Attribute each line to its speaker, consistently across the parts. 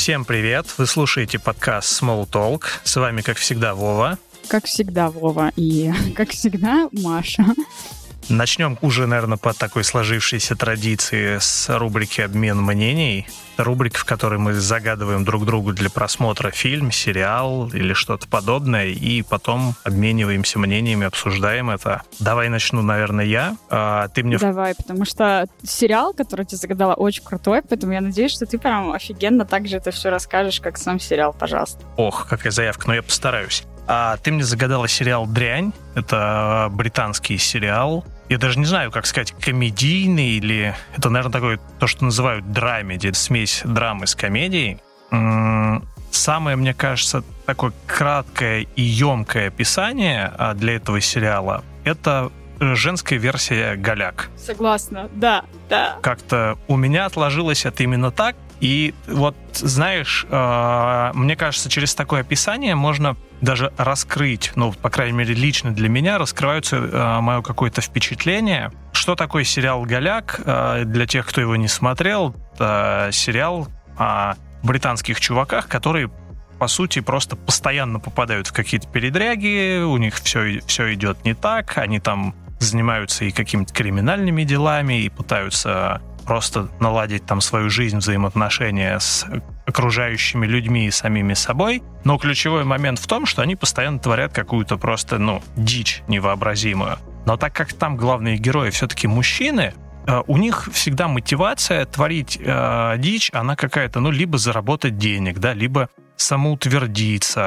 Speaker 1: Всем привет! Вы слушаете подкаст Small Talk. С вами, как всегда, Вова.
Speaker 2: Как всегда, Вова. И, как всегда, Маша.
Speaker 1: Начнем уже, наверное, по такой сложившейся традиции с рубрики «Обмен мнений». Это рубрика, в которой мы загадываем друг другу для просмотра фильм, сериал или что-то подобное, и потом обмениваемся мнениями, обсуждаем это. Давай начну, наверное, я. Ты мне...
Speaker 2: Давай, потому что сериал, который ты загадала, очень крутой, поэтому я надеюсь, что ты прям офигенно так же это все расскажешь, как сам сериал, пожалуйста.
Speaker 1: Ох, какая заявка, но я постараюсь. Ты мне загадала сериал «Дрянь». Это британский сериал. Я даже не знаю, как сказать, комедийный или... Это, наверное, такое, то, что называют драмеди, смесь драмы с комедией. Самое, мне кажется, такое краткое и емкое описание для этого сериала — это женская версия «Голяк».
Speaker 2: Согласна, да.
Speaker 1: Как-то у меня отложилось это именно так. И вот, знаешь, мне кажется, через такое описание можно даже раскрыть, ну, по крайней мере, лично для меня раскрывается мое какое-то впечатление. Что такое сериал «Голяк»? Для тех, кто его не смотрел, это сериал о британских чуваках, которые, по сути, просто постоянно попадают в какие-то передряги, у них все идет не так, они там занимаются и какими-то криминальными делами, и пытаются просто наладить там свою жизнь, взаимоотношения с окружающими людьми и самими собой. Но ключевой момент в том, что они постоянно творят какую-то просто, дичь невообразимую. Но так как там главные герои все-таки мужчины, у них всегда мотивация творить дичь, она какая-то, либо заработать денег, да, либо самоутвердиться,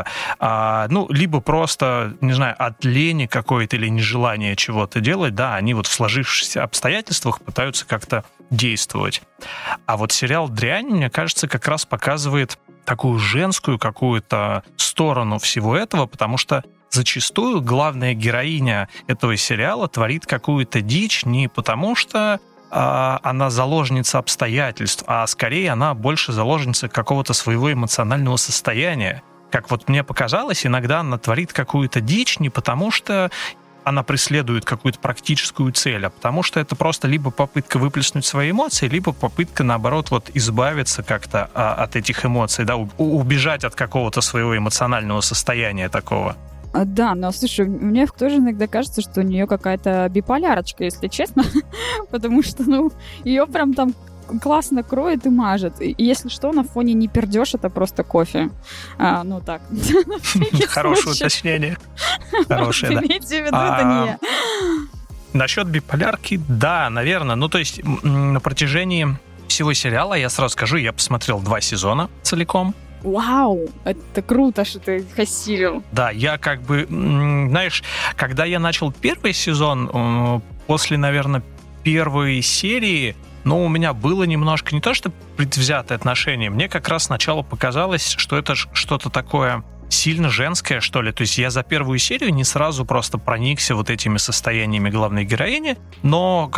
Speaker 1: либо просто, не знаю, от лени какой-то или нежелания чего-то делать, да, они вот в сложившихся обстоятельствах пытаются как-то действовать. А вот сериал «Дрянь», мне кажется, как раз показывает такую женскую какую-то сторону всего этого, потому что зачастую главная героиня этого сериала творит какую-то дичь не потому, что она заложница обстоятельств, а скорее она больше заложница какого-то своего эмоционального состояния. Как вот мне показалось, иногда она творит какую-то дичь не потому, что она преследует какую-то практическую цель, а потому что это просто либо попытка выплеснуть свои эмоции, либо попытка, наоборот, вот избавиться как-то от этих эмоций, да, убежать от какого-то своего эмоционального состояния такого.
Speaker 2: Да, но, слушай, мне тоже иногда кажется, что у нее какая-то биполярочка, если честно, потому что, ее прям там классно кроет и мажет. И если что, на фоне не пердеж, это просто кофе. Так.
Speaker 1: Хорошее уточнение. Хорошее, да.
Speaker 2: Имейте в виду, это не я.
Speaker 1: Насчет биполярки, да, наверное. То есть на протяжении всего сериала, я сразу скажу, я посмотрел 2 сезона целиком.
Speaker 2: Вау, это круто, что ты их осилил.
Speaker 1: Да, я знаешь, когда я начал первый сезон, после, наверное, первой серии, у меня было немножко не то, что предвзятое отношение, мне как раз сначала показалось, что это что-то такое сильно женское, что ли. То есть я за первую серию не сразу просто проникся вот этими состояниями главной героини, но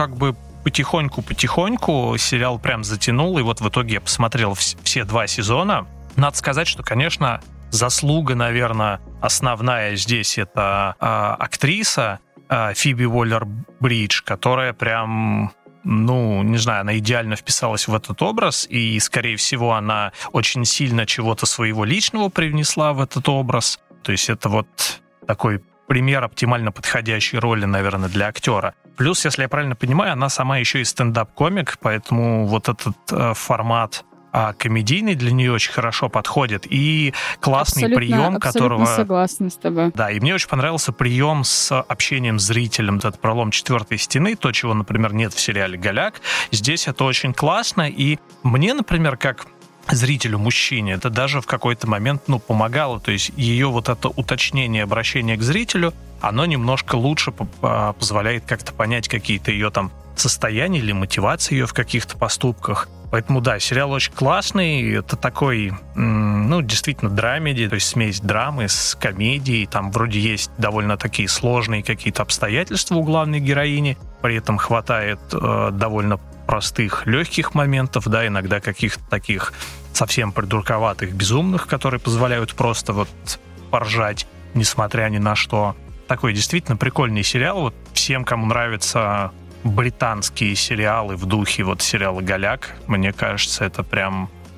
Speaker 1: потихоньку сериал прям затянул, и вот в итоге я посмотрел все 2 сезона. Надо сказать, что, конечно, заслуга, наверное, основная здесь это актриса Фиби Уоллер-Бридж, которая прям, не знаю, она идеально вписалась в этот образ, и, скорее всего, она очень сильно чего-то своего личного привнесла в этот образ. То есть это вот такой пример оптимально подходящей роли, наверное, для актера. Плюс, если я правильно понимаю, она сама еще и стендап-комик, поэтому вот этот формат комедийный для нее очень хорошо подходит. И классный прием, которого...
Speaker 2: Абсолютно согласна с тобой.
Speaker 1: Да, и мне очень понравился прием с общением с зрителем. Этот пролом 4-й стены, то, чего, например, нет в сериале «Голяк». Здесь это очень классно. И мне, например, как зрителю, мужчине, это даже в какой-то момент, помогало. То есть ее вот это уточнение обращения к зрителю, оно немножко лучше позволяет как-то понять какие-то ее там состояния или мотивации ее в каких-то поступках. Поэтому, да, сериал очень классный. Это такой, действительно, драмеди, то есть смесь драмы с комедией. Там вроде есть довольно такие сложные какие-то обстоятельства у главной героини. При этом хватает довольно простых, легких моментов, да, иногда каких-то таких совсем придурковатых, безумных, которые позволяют просто вот поржать, несмотря ни на что. Такой действительно прикольный сериал. Вот всем, кому нравятся британские сериалы в духе вот сериала «Голяк», мне кажется, это прям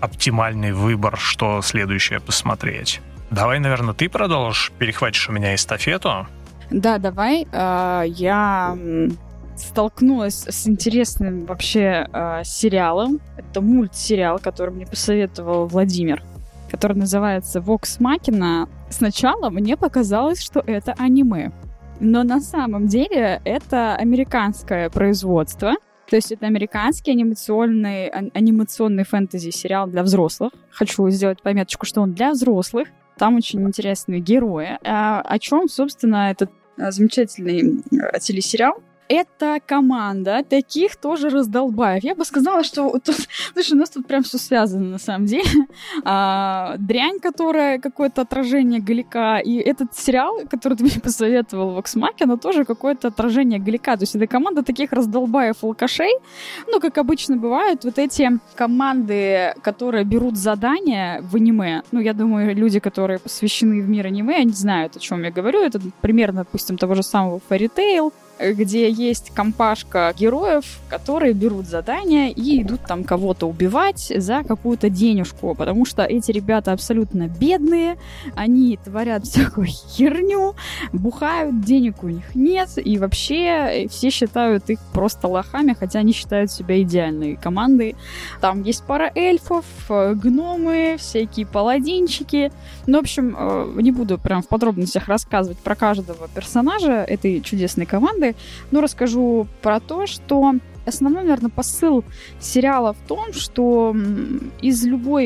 Speaker 1: оптимальный выбор, что следующее посмотреть. Давай, наверное, ты продолжишь, перехватишь у меня эстафету.
Speaker 2: Да, давай. Я столкнулась с интересным вообще сериалом. Это мультсериал, который мне посоветовал Владимир, который называется «Vox Machina». Сначала мне показалось, что это аниме. Но на самом деле это американское производство. То есть это американский анимационный фэнтези-сериал для взрослых. Хочу сделать пометочку, что он для взрослых. Там очень интересные герои. О чем, собственно, этот замечательный телесериал? Это команда таких тоже раздолбаев. Я бы сказала, что тут, слушай, у нас тут прям все связано на самом деле. Дрянь, которая какое-то отражение Галика, и этот сериал, который ты мне посоветовал, Vox Machina, тоже какое-то отражение Галика. То есть это команда таких раздолбаев-алкашей. Ну, как обычно бывают, вот эти команды, которые берут задания в аниме. Ну, я думаю, люди, которые посвящены в мир аниме, они знают, о чем я говорю. Это примерно, допустим, того же самого Fairy Tail, где есть компашка героев, которые берут задания и идут там кого-то убивать за какую-то денежку, потому что эти ребята абсолютно бедные, они творят всякую херню, бухают, денег у них нет, и вообще все считают их просто лохами, хотя они считают себя идеальной командой. Там есть пара эльфов, гномы, всякие паладинчики. Ну, в общем, не буду прям в подробностях рассказывать про каждого персонажа этой чудесной команды, но расскажу про то, что основной, наверное, посыл сериала в том, что из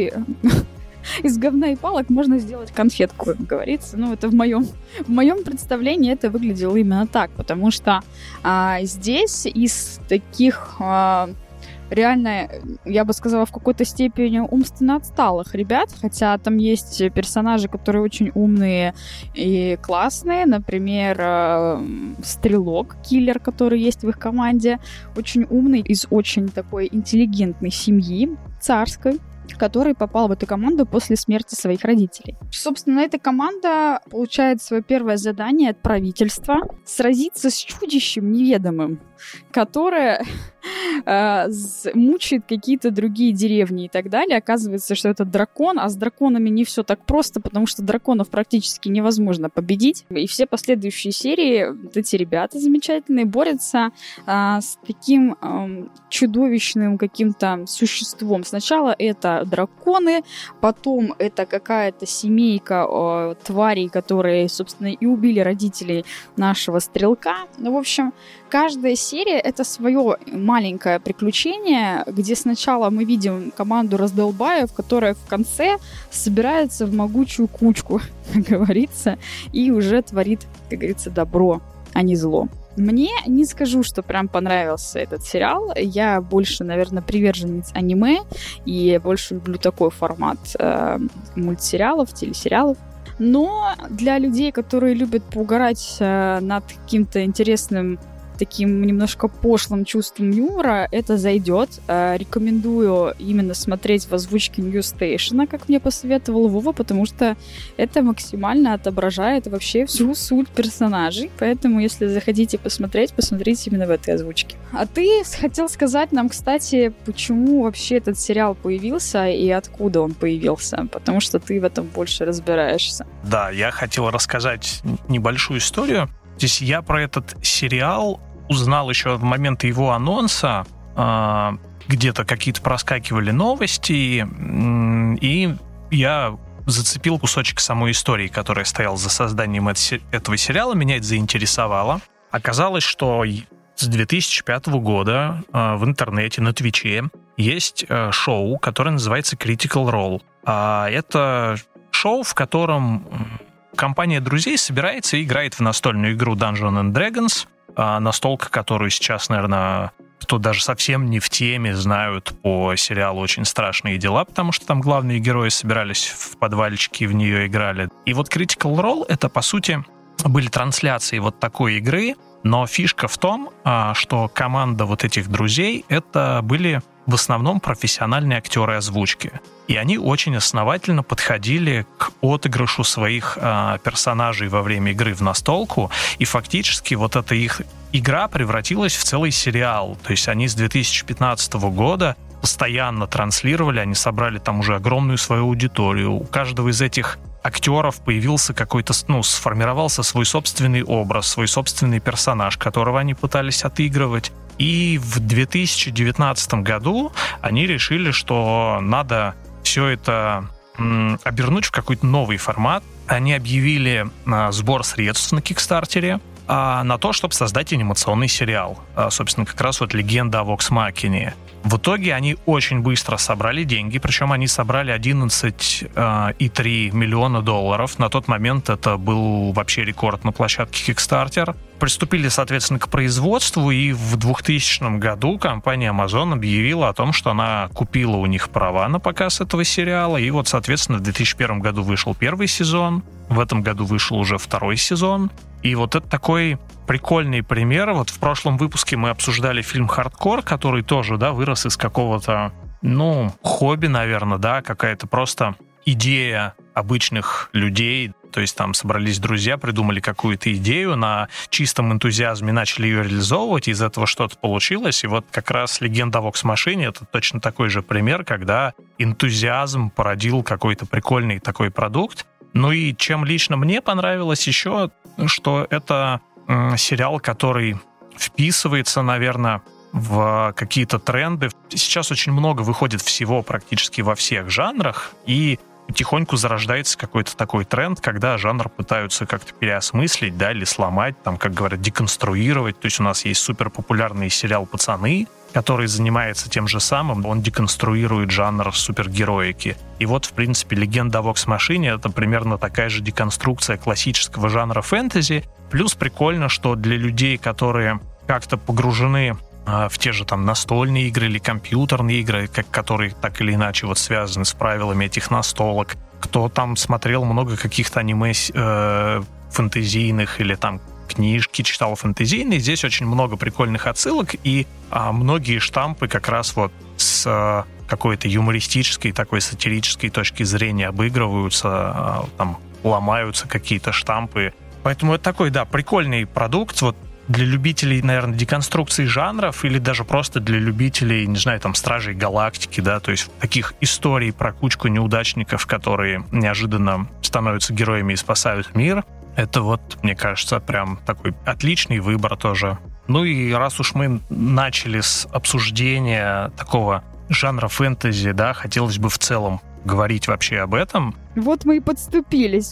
Speaker 2: говна и палок можно сделать конфетку, как говорится. Ну, это в моем представлении это выглядело именно так, потому что здесь из таких реально, я бы сказала, в какой-то степени умственно отсталых ребят, хотя там есть персонажи, которые очень умные и классные, например, Стрелок, киллер, который есть в их команде, очень умный, из очень такой интеллигентной семьи, царской, который попал в эту команду после смерти своих родителей. Собственно, эта команда получает свое первое задание от правительства сразиться с чудищем неведомым, которое мучает какие-то другие деревни и так далее. Оказывается, что это дракон, а с драконами не все так просто, потому что драконов практически невозможно победить. И все последующие серии вот эти ребята замечательные борются с таким чудовищным каким-то существом. Сначала это драконы, потом это какая-то семейка тварей, которые, собственно, и убили родителей нашего стрелка. Ну, в общем, каждая серия — это свое маленькое приключение, где сначала мы видим команду раздолбаев, которая в конце собирается в могучую кучку, как говорится, и уже творит, как говорится, добро, а не зло. Мне не скажу, что прям понравился этот сериал. Я больше, наверное, приверженец аниме и больше люблю такой формат мультсериалов, телесериалов. Но для людей, которые любят поугарать над каким-то интересным, таким немножко пошлым чувством юмора, это зайдет. Рекомендую именно смотреть в озвучке New Station, как мне посоветовал Вова, потому что это максимально отображает вообще всю суть персонажей. Поэтому, если захотите посмотреть, посмотрите именно в этой озвучке. А ты хотел сказать нам, кстати, почему вообще этот сериал появился и откуда он появился, потому что ты в этом больше разбираешься.
Speaker 1: Да, я хотел рассказать небольшую историю. Здесь я про этот сериал узнал еще в момент его анонса. Где-то какие-то проскакивали новости, и я зацепил кусочек самой истории, которая стояла за созданием этого сериала. Меня это заинтересовало. Оказалось, что с 2005 года в интернете, на Твиче, есть шоу, которое называется Critical Role. Это шоу, в котором компания друзей собирается и играет в настольную игру Dungeons and Dragons, настолка, которую сейчас, наверное, кто даже совсем не в теме, знают по сериалу «Очень страшные дела», потому что там главные герои собирались в подвальчике и в нее играли. И вот Critical Role — это, по сути, были трансляции вот такой игры, но фишка в том, что команда вот этих друзей — это были в основном профессиональные актеры озвучки. И они очень основательно подходили к отыгрышу своих персонажей во время игры в настолку, и фактически вот эта их игра превратилась в целый сериал. То есть они с 2015 года постоянно транслировали, они собрали там уже огромную свою аудиторию. У каждого из этих актеров появился какой-то, сформировался свой собственный образ, свой собственный персонаж, которого они пытались отыгрывать. И в 2019 году они решили, что надо все это обернуть в какой-то новый формат. Они объявили сбор средств на Кикстартере на то, чтобы создать анимационный сериал. Собственно, как раз вот «Легенда о Вокс Махине». В итоге они очень быстро собрали деньги, причем они собрали $11,3 миллиона. На тот момент это был вообще рекорд на площадке Kickstarter. Приступили, соответственно, к производству, и в 2000 году компания Amazon объявила о том, что она купила у них права на показ этого сериала, и вот, соответственно, в 2001 году вышел первый сезон, в этом году вышел уже второй сезон. И вот это такой прикольный пример. Вот в прошлом выпуске мы обсуждали фильм «Хардкор», который тоже, вырос из какого-то, хобби, наверное, какая-то просто идея обычных людей. То есть там собрались друзья, придумали какую-то идею, на чистом энтузиазме начали ее реализовывать, и из этого что-то получилось. И вот как раз «Легенда о Вокс Машине» — это точно такой же пример, когда энтузиазм породил какой-то прикольный такой продукт. Ну и чем лично мне понравилось еще, что это сериал, который вписывается, наверное, в какие-то тренды. Сейчас очень много выходит всего практически во всех жанрах, и потихоньку зарождается какой-то такой тренд, когда жанр пытаются как-то переосмыслить, или сломать, как говорят, деконструировать. То есть у нас есть суперпопулярный сериал «Пацаны», который занимается тем же самым, он деконструирует жанр супергероики. И вот, в принципе, «Легенда о Вокс Машине» — это примерно такая же деконструкция классического жанра фэнтези. Плюс прикольно, что для людей, которые как-то погружены в те же настольные игры или компьютерные игры, которые так или иначе связаны с правилами этих настолок, кто там смотрел много каких-то аниме фэнтезийных или книжки читал фэнтезийные, здесь очень много прикольных отсылок, и многие штампы как раз с какой-то юмористической, такой сатирической точки зрения обыгрываются, ломаются какие-то штампы. Поэтому это такой, прикольный продукт, для любителей, наверное, деконструкции жанров или даже просто для любителей, не знаю, Стражей Галактики, то есть таких историй про кучку неудачников, которые неожиданно становятся героями и спасают мир. Это мне кажется, прям такой отличный выбор тоже. Ну и раз уж мы начали с обсуждения такого жанра фэнтези, хотелось бы в целом говорить вообще об этом.
Speaker 2: Вот мы и подступились.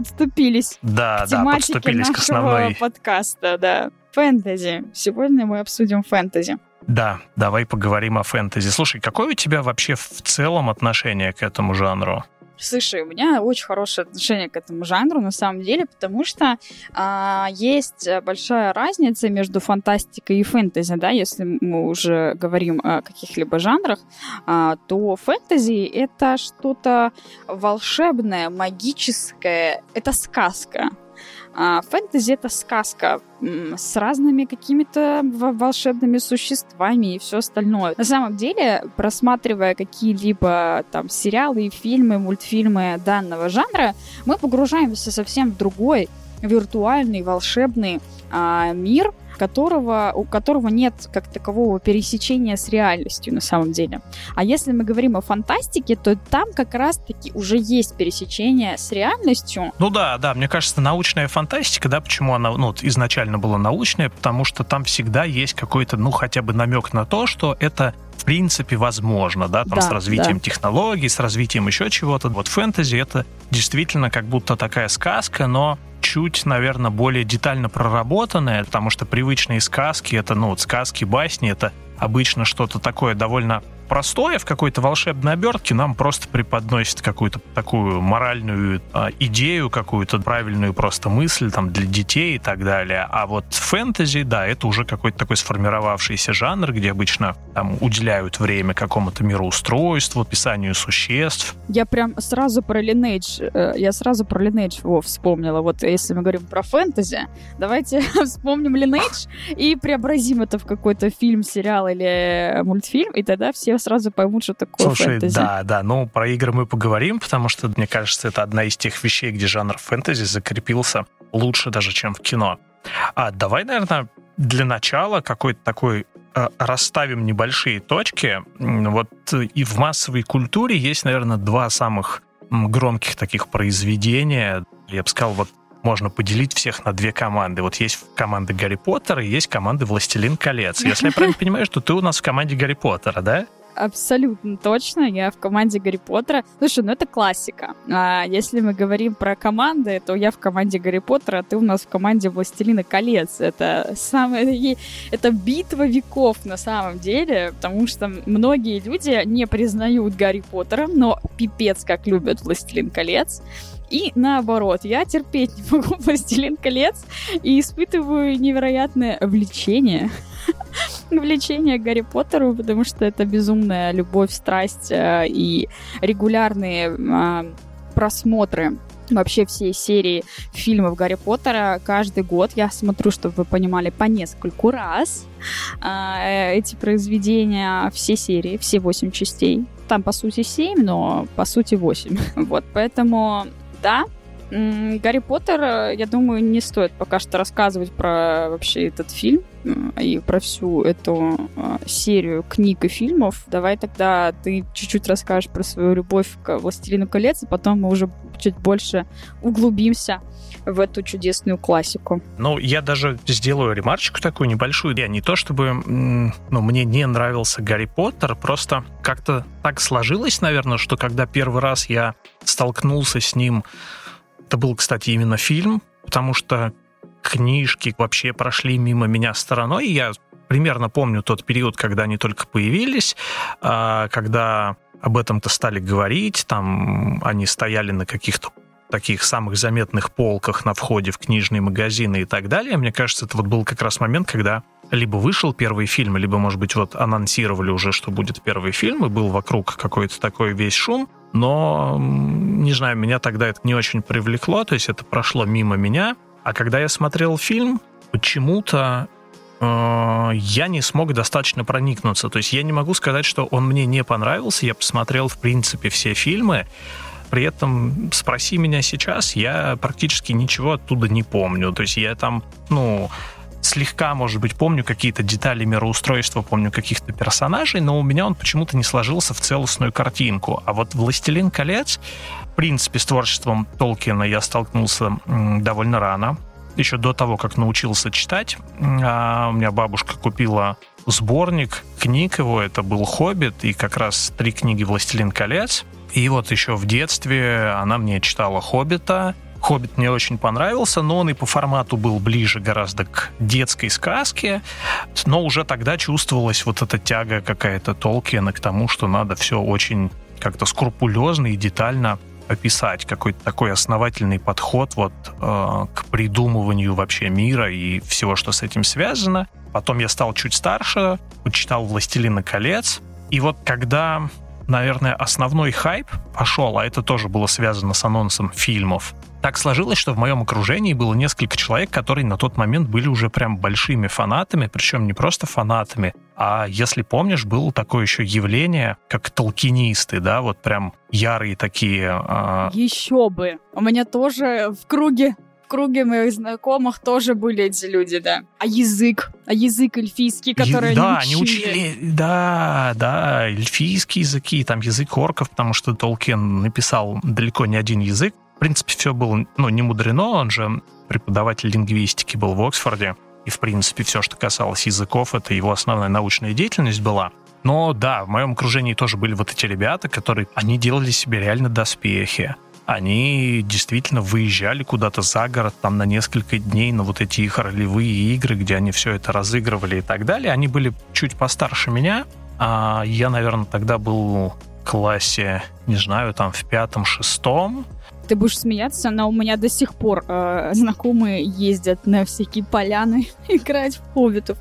Speaker 1: Да, подступились к основной
Speaker 2: подкаста, фэнтези. Сегодня мы обсудим фэнтези.
Speaker 1: Да, давай поговорим о фэнтези. Слушай, какое у тебя вообще в целом отношение к этому жанру?
Speaker 2: Слушай, у меня очень хорошее отношение к этому жанру, на самом деле, потому что есть большая разница между фантастикой и фэнтези, если мы уже говорим о каких-либо жанрах, то фэнтези — это что-то волшебное, магическое, это сказка. Фэнтези — это сказка с разными какими-то волшебными существами и все остальное. На самом деле, просматривая какие-либо сериалы, фильмы, мультфильмы данного жанра, мы погружаемся совсем в другой виртуальный волшебный мир, у которого нет как такового пересечения с реальностью на самом деле. А если мы говорим о фантастике, то там как раз-таки уже есть пересечение с реальностью.
Speaker 1: Да, мне кажется, научная фантастика, почему она изначально была научная, потому что там всегда есть какой-то, хотя бы намек на то, что это в принципе возможно, с развитием технологий, с развитием еще чего-то. Фэнтези — это действительно как будто такая сказка, но чуть, наверное, более детально проработанная, потому что привычные сказки, это, сказки, басни, это обычно что-то такое довольно простое в какой-то волшебной обертке, нам просто преподносит какую-то такую моральную идею, какую-то правильную просто мысль для детей и так далее. А фэнтези, это уже какой-то такой сформировавшийся жанр, где обычно уделяют время какому-то мироустройству, описанию существ.
Speaker 2: Я прям сразу про Lineage вспомнила. Если мы говорим про фэнтези, давайте вспомним Lineage и преобразим это в какой-то фильм, сериал или мультфильм, и тогда все сразу поймут, что такое фэнтези.
Speaker 1: Да, про игры мы поговорим, потому что, мне кажется, это одна из тех вещей, где жанр фэнтези закрепился лучше даже, чем в кино. Давай, наверное, для начала какой-то такой расставим небольшие точки. Вот и в массовой культуре есть, наверное, два самых громких таких произведения. Я бы сказал, вот можно поделить всех на две команды. Вот есть команда Гарри Поттера и есть команда Властелин колец. Если я правильно понимаю, что ты у нас в команде Гарри Поттера, да?
Speaker 2: Абсолютно точно, я в команде Гарри Поттера. Слушай, ну это классика. А если мы говорим про команды, то я в команде Гарри Поттера, а ты у нас в команде Властелина колец. Это битва веков на самом деле, потому что многие люди не признают Гарри Поттера, но пипец как любят Властелин колец. И наоборот, я терпеть не могу «Властелин колец» и испытываю невероятное влечение к Гарри Поттеру, потому что это безумная любовь, страсть и регулярные просмотры вообще всей серии фильмов Гарри Поттера. Каждый год я смотрю, чтобы вы понимали, по нескольку раз эти произведения, все серии, все 8 частей. Там, по сути, 7, но, по сути, 8. Вот, поэтому... Да, Гарри Поттер, я думаю, не стоит пока что рассказывать про вообще этот фильм и про всю эту серию книг и фильмов. Давай тогда ты чуть-чуть расскажешь про свою любовь к «Властелину колец», и потом мы уже чуть больше углубимся в эту чудесную классику.
Speaker 1: Ну, я даже сделаю ремарочку такую небольшую. Я не то чтобы мне не нравился Гарри Поттер, просто как-то так сложилось, наверное, что когда первый раз я столкнулся с ним, это был, кстати, именно фильм, потому что книжки вообще прошли мимо меня стороной. Я примерно помню тот период, когда они только появились, когда об этом-то стали говорить, там они стояли на каких-то таких самых заметных полках на входе в книжные магазины и так далее. Мне кажется, это вот был как раз момент, когда либо вышел первый фильм, либо, может быть, вот анонсировали уже, что будет первый фильм, и был вокруг какой-то такой весь шум. Но, не знаю, меня тогда это не очень привлекло, то есть это прошло мимо меня. А когда я смотрел фильм, почему-то я не смог достаточно проникнуться. То есть я не могу сказать, что он мне не понравился. Я посмотрел, в принципе, все фильмы. При этом, спроси меня сейчас, я практически ничего оттуда не помню. То есть я там, слегка, может быть, помню какие-то детали мироустройства, помню каких-то персонажей, но у меня он почему-то не сложился в целостную картинку. А вот «Властелин колец», в принципе, с творчеством Толкиена я столкнулся довольно рано, еще до того, как научился читать. У меня бабушка купила сборник книг его, это был «Хоббит», и как раз 3 книги «Властелин колец». И вот еще в детстве она мне читала «Хоббита». «Хоббит» мне очень понравился, но он и по формату был ближе гораздо к детской сказке, но уже тогда чувствовалась вот эта тяга какая-то Толкиена к тому, что надо все очень как-то скрупулезно и детально описать, какой-то такой основательный подход к придумыванию вообще мира и всего, что с этим связано. Потом я стал чуть старше, почитал «Властелина колец», и вот когда, наверное, основной хайп пошел, а это тоже было связано с анонсом фильмов, так сложилось, что в моем окружении было несколько человек, которые на тот момент были уже прям большими фанатами, причем не просто фанатами, а, если помнишь, было такое еще явление, как толкинисты, да, вот прям ярые такие...
Speaker 2: Еще бы! У меня тоже в круге моих знакомых тоже были эти люди, да. А язык эльфийский, который они учили.
Speaker 1: Да, эльфийские языки, там язык орков, потому что Толкин написал далеко не один язык. В принципе, все было, не мудрено, он же преподаватель лингвистики был в Оксфорде, и, в принципе, все, что касалось языков, это его основная научная деятельность была. Но да, в моем окружении тоже были вот эти ребята, они делали себе реально доспехи. Они действительно выезжали куда-то за город, там на несколько дней на вот эти их ролевые игры, где они все это разыгрывали и так далее. Они были чуть постарше меня, а я, наверное, тогда был в классе, не знаю, там в 5-6.
Speaker 2: Ты будешь смеяться, но у меня до сих пор знакомые ездят на всякие поляны играть в хоббитов.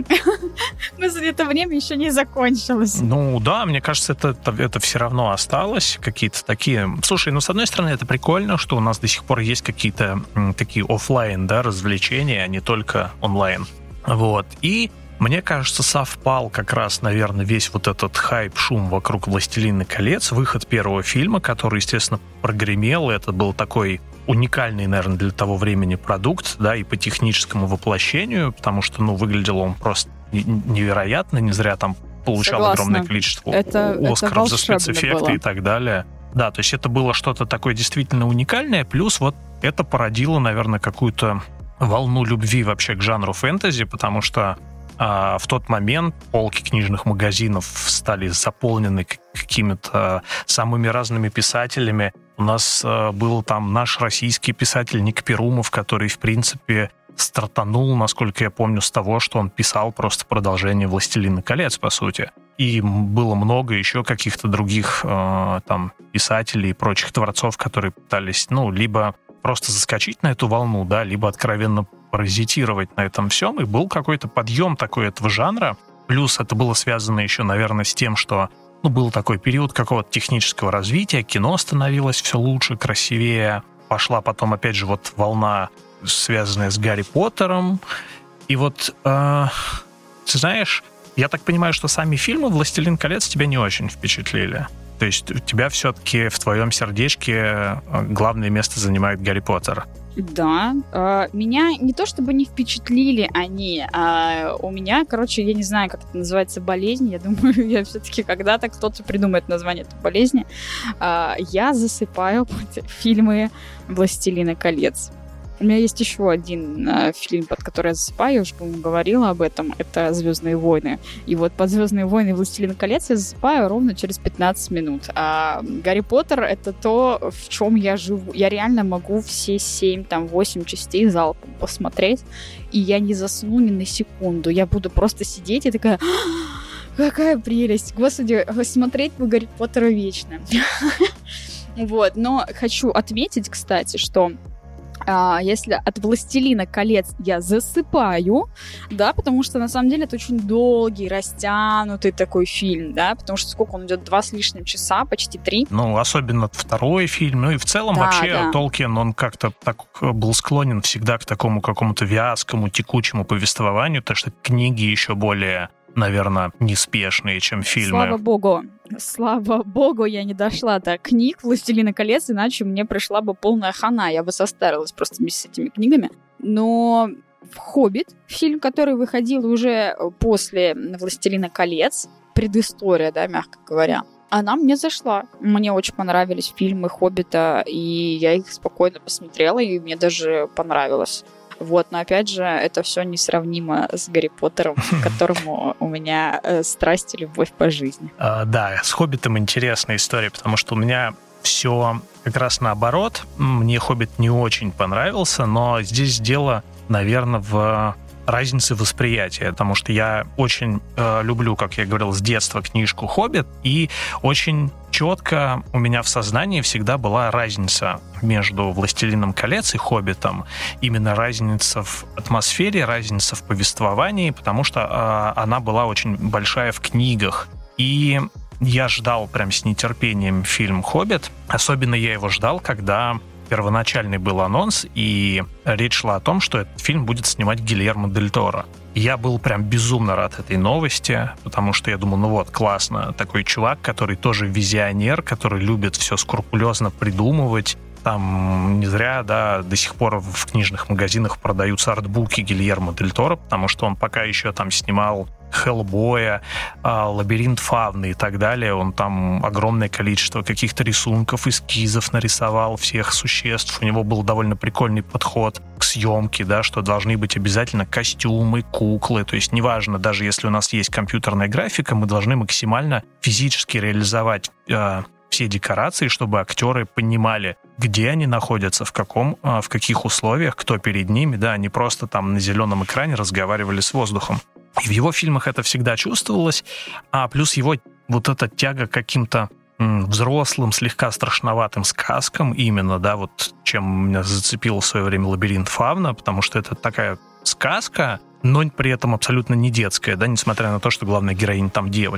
Speaker 2: Это время еще не закончилось.
Speaker 1: Ну да, мне кажется, это все равно осталось. Какие-то такие... Слушай, с одной стороны, это прикольно, что у нас до сих пор есть какие-то такие офлайн, да, развлечения, а не только онлайн. Вот. И Мне кажется, совпал как раз, наверное, весь вот этот хайп, шум вокруг «Властелина колец», выход первого фильма, который, естественно, прогремел. Это был такой уникальный, наверное, для того времени продукт, да, и по техническому воплощению, потому что, выглядел он просто невероятно, не зря там получал огромное количество Оскаров за спецэффекты было. И так далее. Да, то есть это было что-то такое действительно уникальное, плюс вот это породило, наверное, какую-то волну любви вообще к жанру фэнтези, потому что в тот момент полки книжных магазинов стали заполнены какими-то самыми разными писателями. У нас был там наш российский писатель Ник Перумов, который, в принципе, стартанул, насколько я помню, с того, что он писал просто продолжение «Властелина колец», по сути. И было много еще каких-то других там писателей и прочих творцов, которые пытались, либо просто заскочить на эту волну, да, либо откровенно паразитировать на этом всем, и был какой-то подъем такой этого жанра. Плюс это было связано еще, наверное, с тем, что был такой период какого-то технического развития, кино становилось все лучше, красивее. Пошла потом, опять же, вот волна, связанная с Гарри Поттером. И вот, ты знаешь, я так понимаю, что сами фильмы «Властелин колец» тебя не очень впечатлили. То есть у тебя все-таки в твоем сердечке главное место занимает Гарри Поттер.
Speaker 2: Да. Меня не то чтобы не впечатлили они, а у меня, я не знаю, как это называется, болезнь. Я думаю, я все-таки когда-то кто-то придумает название этой болезни. Я засыпаю под фильмы «Властелина колец». У меня есть еще один фильм, под который я засыпаю, я уже, по-моему, говорила об этом, это «Звездные войны». И вот под «Звездные войны» и «Властелин колец» я засыпаю ровно через 15 минут. А «Гарри Поттер» — это то, в чем я живу. Я реально могу все 7-8 частей залпом посмотреть, и я не засну ни на секунду. Я буду просто сидеть и такая... Какая прелесть! Господи, смотреть бы Гарри Поттера вечно. Вот, но хочу отметить, кстати, что если от «Властелина колец» я засыпаю, да, потому что на самом деле это очень долгий, растянутый такой фильм, да, потому что сколько он идет, 2 с лишним часа, почти 3.
Speaker 1: Особенно второй фильм, и в целом вообще Толкин, он как-то так был склонен всегда к такому какому-то вязкому, текучему повествованию, потому что книги еще более, наверное, неспешные, чем фильмы. Слава богу, я не дошла до книг «Властелина колец», иначе мне пришла бы полная хана, я бы состарилась просто вместе с этими книгами. Но «Хоббит», фильм, который выходил уже после «Властелина колец», предыстория, да, мягко говоря, она мне зашла. Мне очень понравились фильмы «Хоббита», и я их спокойно посмотрела, и мне даже понравилось. Вот, но опять же, это все несравнимо с Гарри Поттером, к которому у меня страсть и любовь по жизни. Да, с «Хоббитом» интересная история, потому что у меня все как раз наоборот. Мне «Хоббит» не очень понравился, но здесь дело, наверное, в разнице восприятия, потому что я очень люблю, как я говорил, с детства книжку «Хоббит», и очень четко у меня в сознании всегда была разница между «Властелином колец» и «Хоббитом». Именно разница в атмосфере, разница в повествовании, потому что она была очень большая в книгах. И я ждал прям с нетерпением фильм «Хоббит». Особенно я его ждал, когда первоначальный был анонс, и речь шла о том, что этот фильм будет снимать Гильермо дель Торо. Я был прям безумно рад этой новости, потому что я думал, классно, такой чувак, который тоже визионер, который любит все скрупулезно придумывать. Там не зря, да, до сих пор в книжных магазинах продаются артбуки Гильермо дель Торо, потому что он пока еще там снимал Хеллбоя, Лабиринт Фавны и так далее. Он там огромное количество каких-то рисунков, эскизов нарисовал всех существ. У него был довольно прикольный подход к съемке, да, что должны быть обязательно костюмы, куклы. То есть неважно, даже если у нас есть компьютерная графика, мы должны максимально физически реализовать все декорации, чтобы актеры понимали, где они находятся, в каких условиях, кто перед ними, да, они просто там на зеленом экране разговаривали с воздухом. И в его фильмах это всегда чувствовалось, а плюс его вот эта тяга к каким-то взрослым, слегка страшноватым сказкам именно, да, вот чем меня зацепил в свое время «Лабиринт Фавна», потому что это такая сказка, но при этом абсолютно не детская, да, несмотря на то, что главная героиня там девочка.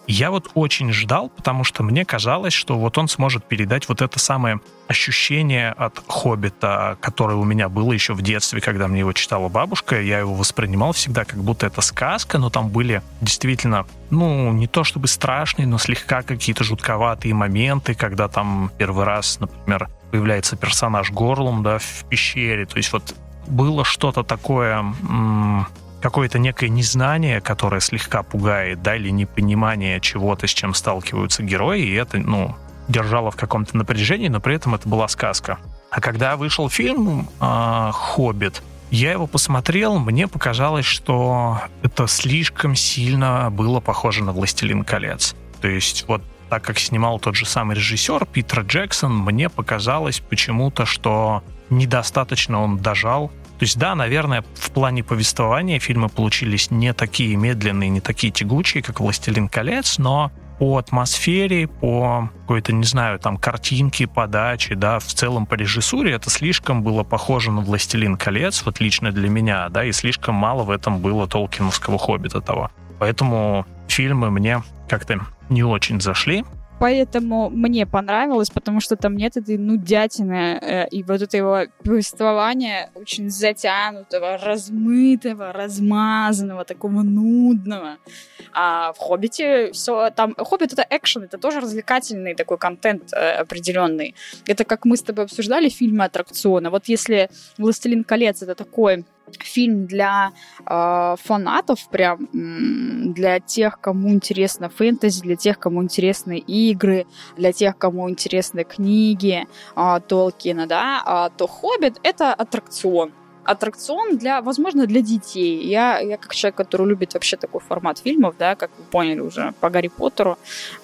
Speaker 1: Я вот очень ждал, потому что мне казалось, что вот он сможет передать вот это самое ощущение от «Хоббита», которое у меня было еще в детстве, когда мне его читала бабушка. Я его воспринимал всегда, как будто это сказка, но там были действительно, не то чтобы страшные, но слегка какие-то жутковатые моменты, когда там первый раз, например, появляется персонаж Горлум, да, в пещере. То есть вот было что-то такое... какое-то некое незнание, которое слегка пугает, да, или непонимание чего-то, с чем сталкиваются герои, и это, держало в каком-то напряжении, но при этом это была сказка. А когда вышел фильм «Хоббит», я его посмотрел, мне показалось, что это слишком сильно было похоже на «Властелин колец». То есть вот так как снимал тот же самый режиссер Питер Джексон, мне показалось почему-то, что недостаточно он дожал. То есть, да, наверное, в плане повествования фильмы получились не такие медленные, не такие тягучие, как «Властелин колец», но по атмосфере, по какой-то, не знаю, там, картинке, подаче, да, в целом по режиссуре это слишком было похоже на «Властелин колец», вот лично для меня, да, и слишком мало в этом было толкиновского «Хоббита» того. Поэтому фильмы мне как-то не очень зашли.
Speaker 2: Поэтому мне понравилось, потому что там нет этой нудятины и вот этого повествования очень затянутого, размытого, размазанного, такого нудного. А в «Хоббите» все там... «Хоббит» — это экшен, это тоже развлекательный такой контент определенный. Это как мы с тобой обсуждали фильмы аттракциона. Вот если «Властелин колец» — это такой фильм для фанатов, прям для тех, кому интересно фэнтези, для тех, кому интересны игры, для тех, кому интересны книги Толкина, да, то «Хоббит» — это аттракцион. Аттракцион возможно, для детей. Я как человек, который любит вообще такой формат фильмов, да, как вы поняли уже по Гарри Поттеру,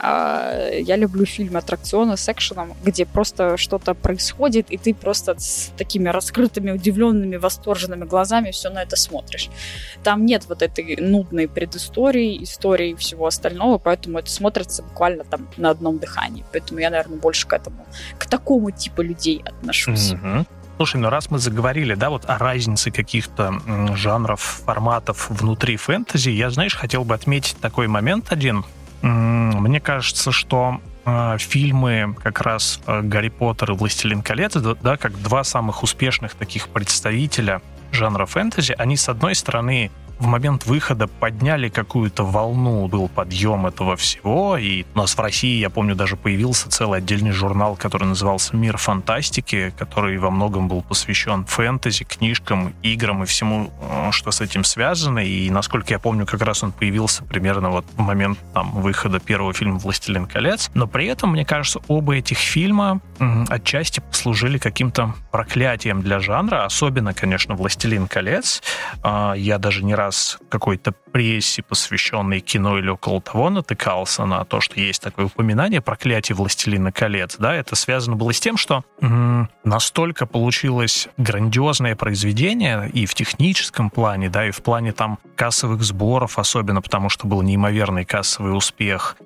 Speaker 2: я люблю фильмы аттракционы с экшеном, где просто что-то происходит, и ты просто с такими раскрытыми, удивленными, восторженными глазами все на это смотришь. Там нет вот этой нудной предыстории, истории и всего остального, поэтому это смотрится буквально там на одном дыхании. Поэтому я, наверное, больше к такому типу людей отношусь.
Speaker 1: Mm-hmm. Слушай, раз мы заговорили, да, вот о разнице каких-то жанров, форматов внутри фэнтези, я, хотел бы отметить такой момент один. Мне кажется, что фильмы как раз «Гарри Поттер» и «Властелин колец», да, как два самых успешных таких представителя жанра фэнтези, они, с одной стороны, в момент выхода подняли какую-то волну, был подъем этого всего, и у нас в России, я помню, даже появился целый отдельный журнал, который назывался «Мир фантастики», который во многом был посвящен фэнтези, книжкам, играм и всему, что с этим связано, и, насколько я помню, как раз он появился примерно вот в момент выхода первого фильма «Властелин колец», но при этом, мне кажется, оба этих фильма отчасти послужили каким-то проклятием для жанра, особенно, конечно, «Властелин колец». Я даже не раз в какой-то прессе, посвященной кино или около того, натыкался на то, что есть такое упоминание «Проклятие Властелина колец». Да, это связано было с тем, что настолько получилось грандиозное произведение и в техническом плане, да, и в плане там кассовых сборов, особенно потому что был неимоверный кассовый успех,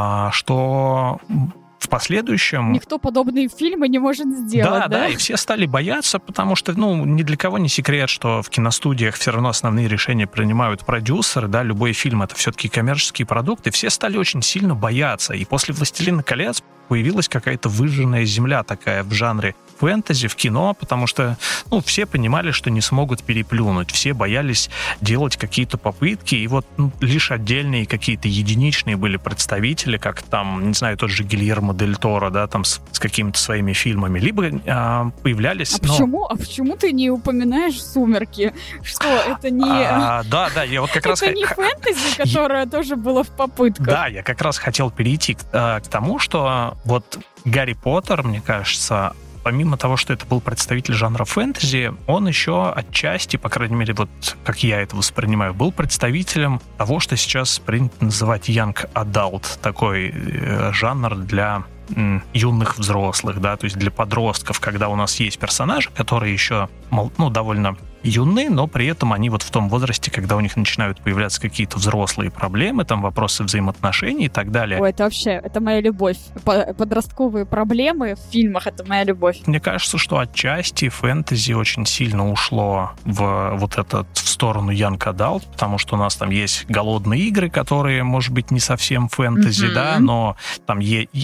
Speaker 1: что в последующем...
Speaker 2: Никто подобные фильмы не может сделать, да?
Speaker 1: Да, и все стали бояться, потому что, ни для кого не секрет, что в киностудиях все равно основные решения принимают продюсеры, да, любой фильм — это все-таки коммерческий продукт, и все стали очень сильно бояться. И после «Властелина колец» появилась какая-то выжженная земля такая в жанре фэнтези, в кино, потому что, все понимали, что не смогут переплюнуть, все боялись делать какие-то попытки, и вот лишь отдельные какие-то единичные были представители, как там, не знаю, тот же Гильермо Дель Торо, да, там с какими-то своими фильмами, либо появлялись...
Speaker 2: Почему ты не упоминаешь «Сумерки»? Что, это не...
Speaker 1: Да, я вот как раз...
Speaker 2: Это не фэнтези, которое тоже было в попытках.
Speaker 1: Да, я как раз хотел перейти к тому, что вот Гарри Поттер, мне кажется, помимо того, что это был представитель жанра фэнтези, он еще отчасти, по крайней мере, вот как я это воспринимаю, был представителем того, что сейчас принято называть young adult, такой жанр для юных взрослых, да, то есть для подростков, когда у нас есть персонажи, которые еще, довольно юны, но при этом они вот в том возрасте, когда у них начинают появляться какие-то взрослые проблемы, там вопросы взаимоотношений и так далее.
Speaker 2: Ой, это вообще, это моя любовь. Подростковые проблемы в фильмах — это моя любовь.
Speaker 1: Мне кажется, что отчасти фэнтези очень сильно ушло в вот этот, в сторону young adult, потому что у нас там есть голодные игры, которые, может быть, не совсем фэнтези, да, но там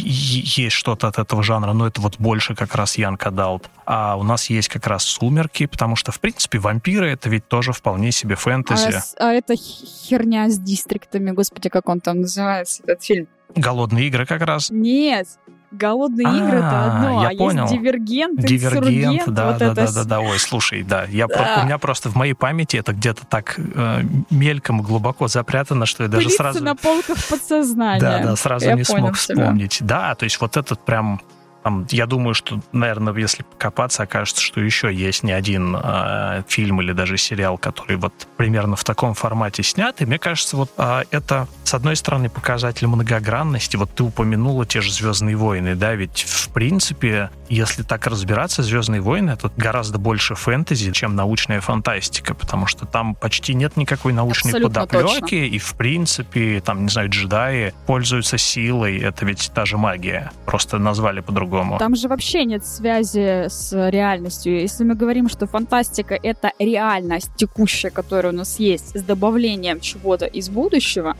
Speaker 1: есть что-то от этого жанра, но это вот больше как раз young adult. А у нас есть как раз «Сумерки», потому что, в принципе, вампиры — это ведь тоже вполне себе фэнтези.
Speaker 2: А это херня с дистриктами, господи, как он там называется, этот фильм?
Speaker 1: «Голодные игры» как раз.
Speaker 2: Нет, «Голодные игры» — это одно,
Speaker 1: я понял.
Speaker 2: Есть «Дивергент»,
Speaker 1: да. Ой, слушай, да. У меня просто в моей памяти это где-то так мельком и глубоко запрятано, что я даже сразу...
Speaker 2: на полках подсознания.
Speaker 1: Да, сразу не смог вспомнить. Да, то есть вот этот прям... Я думаю, что, наверное, если покопаться, окажется, что еще есть не один фильм или даже сериал, который вот примерно в таком формате снят. И мне кажется, вот это, с одной стороны, показатель многогранности. Вот ты упомянула те же «Звездные войны», да, ведь, в принципе, если так разбираться, «Звездные войны» — это гораздо больше фэнтези, чем научная фантастика, потому что там почти нет никакой научной подоплеки, и, в принципе, там, не знаю, джедаи пользуются силой, это ведь та же магия, просто назвали по-другому.
Speaker 2: Там же вообще нет связи с реальностью. Если мы говорим, что фантастика — это реальность текущая, которая у нас есть, с добавлением чего-то из будущего,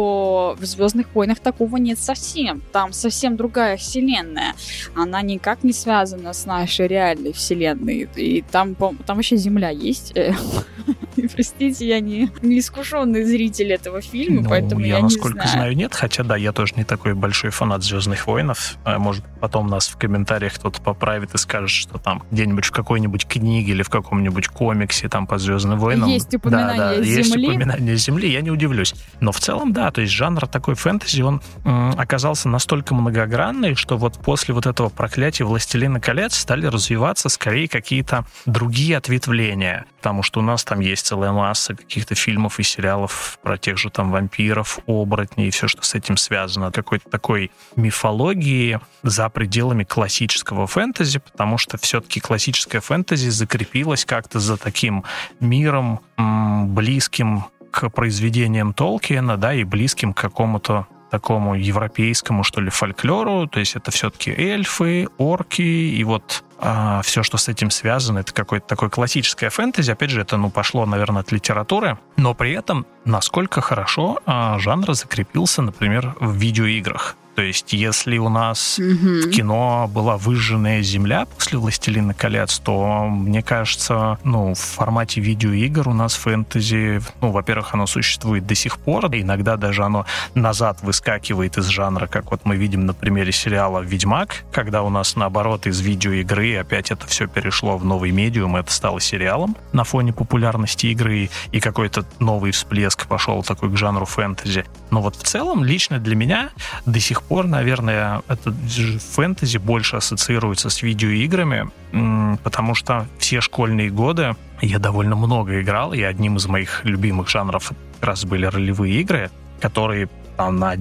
Speaker 2: то в «Звездных войнах» такого нет совсем. Там совсем другая вселенная. Она никак не связана с нашей реальной вселенной. И там вообще Земля есть. Простите, я не искушенный зритель этого фильма, поэтому я не знаю.
Speaker 1: Насколько знаю, нет. Хотя, да, я тоже не такой большой фанат «Звездных войнов». Может, потом нас в комментариях кто-то поправит и скажет, что там где-нибудь в какой-нибудь книге или в каком-нибудь комиксе там по «Звездным войнам»
Speaker 2: есть упоминание Земли.
Speaker 1: Есть упоминание Земли, я не удивлюсь. Но в целом, да, то есть жанр такой фэнтези, он оказался настолько многогранный, что вот после вот этого проклятия «Властелина колец» стали развиваться скорее какие-то другие ответвления. Потому что у нас там есть целая масса каких-то фильмов и сериалов про тех же там вампиров, оборотней и все, что с этим связано. Какой-то такой мифологии за пределами классического фэнтези, потому что все-таки классическое фэнтези закрепилось как-то за таким миром, близким к произведениям Толкиена, да, и близким к какому-то такому европейскому, что ли, фольклору. То есть это все-таки эльфы, орки, и вот все, что с этим связано, это какое-то такое классическое фэнтези. Опять же, это, пошло, наверное, от литературы, но при этом насколько хорошо жанр закрепился, например, в видеоиграх. То есть, если у нас в кино была выжженная земля после «Властелина колец», то, мне кажется, в формате видеоигр у нас фэнтези, во-первых, оно существует до сих пор, иногда даже оно назад выскакивает из жанра, как вот мы видим на примере сериала «Ведьмак», когда у нас, наоборот, из видеоигры опять это все перешло в новый медиум, это стало сериалом на фоне популярности игры, и какой-то новый всплеск пошел такой к жанру фэнтези. Но вот в целом, лично для меня до сих пор, наверное, это фэнтези больше ассоциируется с видеоиграми, потому что все школьные годы я довольно много играл, и одним из моих любимых жанров как раз были ролевые игры, которые на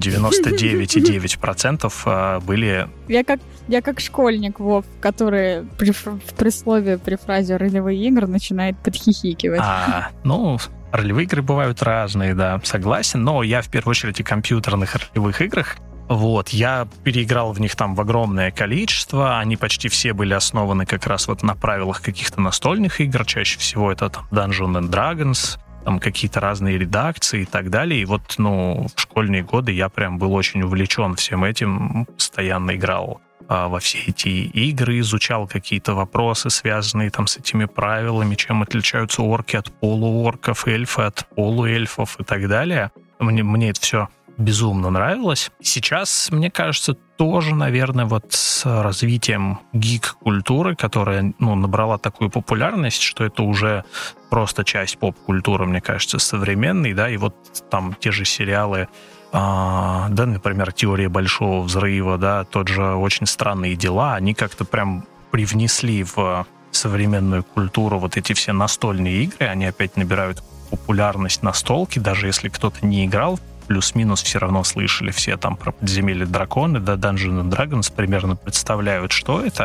Speaker 1: 99,9% были...
Speaker 2: Я как школьник, Вов, который при слове, при фразе «ролевые игры» начинает подхихикивать.
Speaker 1: Ролевые игры бывают разные, да, согласен, но я в первую очередь о компьютерных ролевых играх. Вот, я переиграл в них там в огромное количество, они почти все были основаны как раз вот на правилах каких-то настольных игр, чаще всего это там Dungeons and Dragons, там какие-то разные редакции и так далее, и вот, в школьные годы я прям был очень увлечен всем этим, постоянно играл во все эти игры, изучал какие-то вопросы, связанные там с этими правилами, чем отличаются орки от полуорков, эльфы от полуэльфов и так далее. Мне это все безумно нравилось. Сейчас, мне кажется, тоже, наверное, вот с развитием гик-культуры, которая, набрала такую популярность, что это уже просто часть поп-культуры, мне кажется, современной, да, и вот там те же сериалы, например, «Теория большого взрыва», да, тот же «Очень странные дела», они как-то прям привнесли в современную культуру вот эти все настольные игры, они опять набирают популярность настолки, даже если кто-то не играл, плюс-минус все равно слышали все там про «Подземелье драконы», да, Dungeons and Dragons примерно представляют, что это.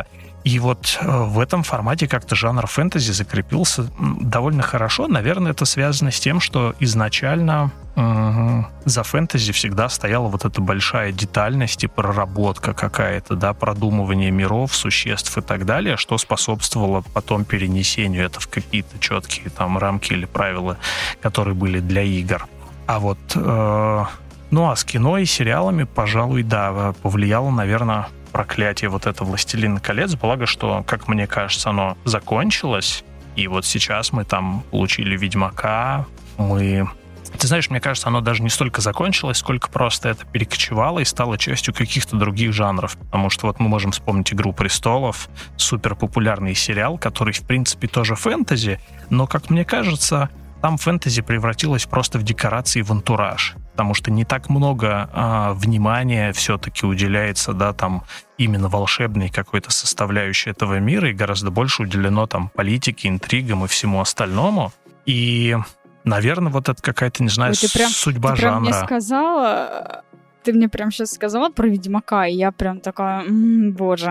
Speaker 1: И вот в этом формате как-то жанр фэнтези закрепился довольно хорошо. Наверное, это связано с тем, что изначально за фэнтези всегда стояла вот эта большая детальность и проработка какая-то, да, продумывание миров, существ и так далее, что способствовало потом перенесению это в какие-то четкие там рамки или правила, которые были для игр. А вот, ну а с кино и сериалами, пожалуй, да, повлияло, наверное, проклятие вот это «Властелин колец», благо, что, как мне кажется, оно закончилось, и вот сейчас мы там получили «Ведьмака», Ты знаешь, мне кажется, оно даже не столько закончилось, сколько просто это перекочевало и стало частью каких-то других жанров, потому что вот мы можем вспомнить «Игру престолов», суперпопулярный сериал, который, в принципе, тоже фэнтези, но, как мне кажется, там фэнтези превратилось просто в декорации, в антураж, потому что не так много внимания все-таки уделяется, да, там именно волшебной какой-то составляющей этого мира, и гораздо больше уделено там политике, интригам и всему остальному. И, наверное, вот это какая-то, не знаю, судьба жанра.
Speaker 2: Ты мне прям сейчас сказала про «Ведьмака», и я прям такая, боже.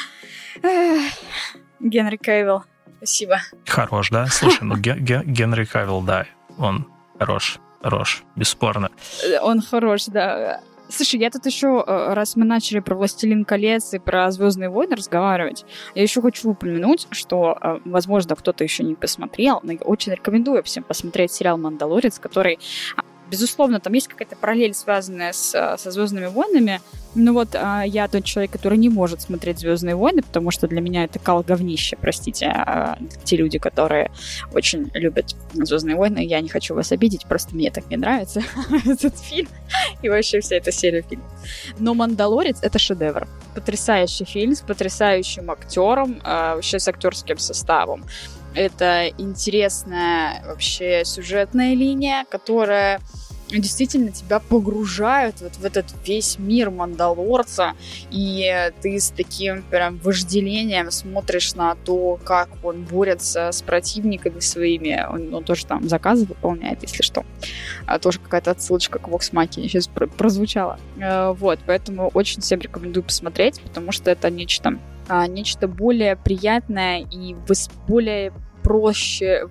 Speaker 2: Генри Кавилл. Спасибо.
Speaker 1: Хорош, да? Слушай, ну Генри Кавилл, да, он хорош, бесспорно.
Speaker 2: Он хорош, да. Слушай, я тут еще, раз мы начали про «Властелин колец» и про «Звездные войны» разговаривать, я еще хочу упомянуть, что, возможно, кто-то еще не посмотрел, но я очень рекомендую всем посмотреть сериал «Мандалорец», который... Безусловно, там есть какая-то параллель, связанная со «Звездными войнами». Но вот я тот человек, который не может смотреть «Звездные войны», потому что для меня это кал-говнище, простите. Те люди, которые очень любят «Звездные войны», я не хочу вас обидеть, просто мне так не нравится этот фильм и вообще вся эта серия фильмов. Но «Мандалорец» — это шедевр. Потрясающий фильм с потрясающим актером, вообще с актерским составом. Это интересная вообще сюжетная линия, которая действительно тебя погружает вот в этот весь мир Мандалорца, и ты с таким прям вожделением смотришь на то, как он борется с противниками своими. Он тоже там заказы выполняет, если что. Тоже какая-то отсылочка к Vox Machina сейчас прозвучала. Вот, поэтому очень всем рекомендую посмотреть, потому что это нечто более приятное и более проще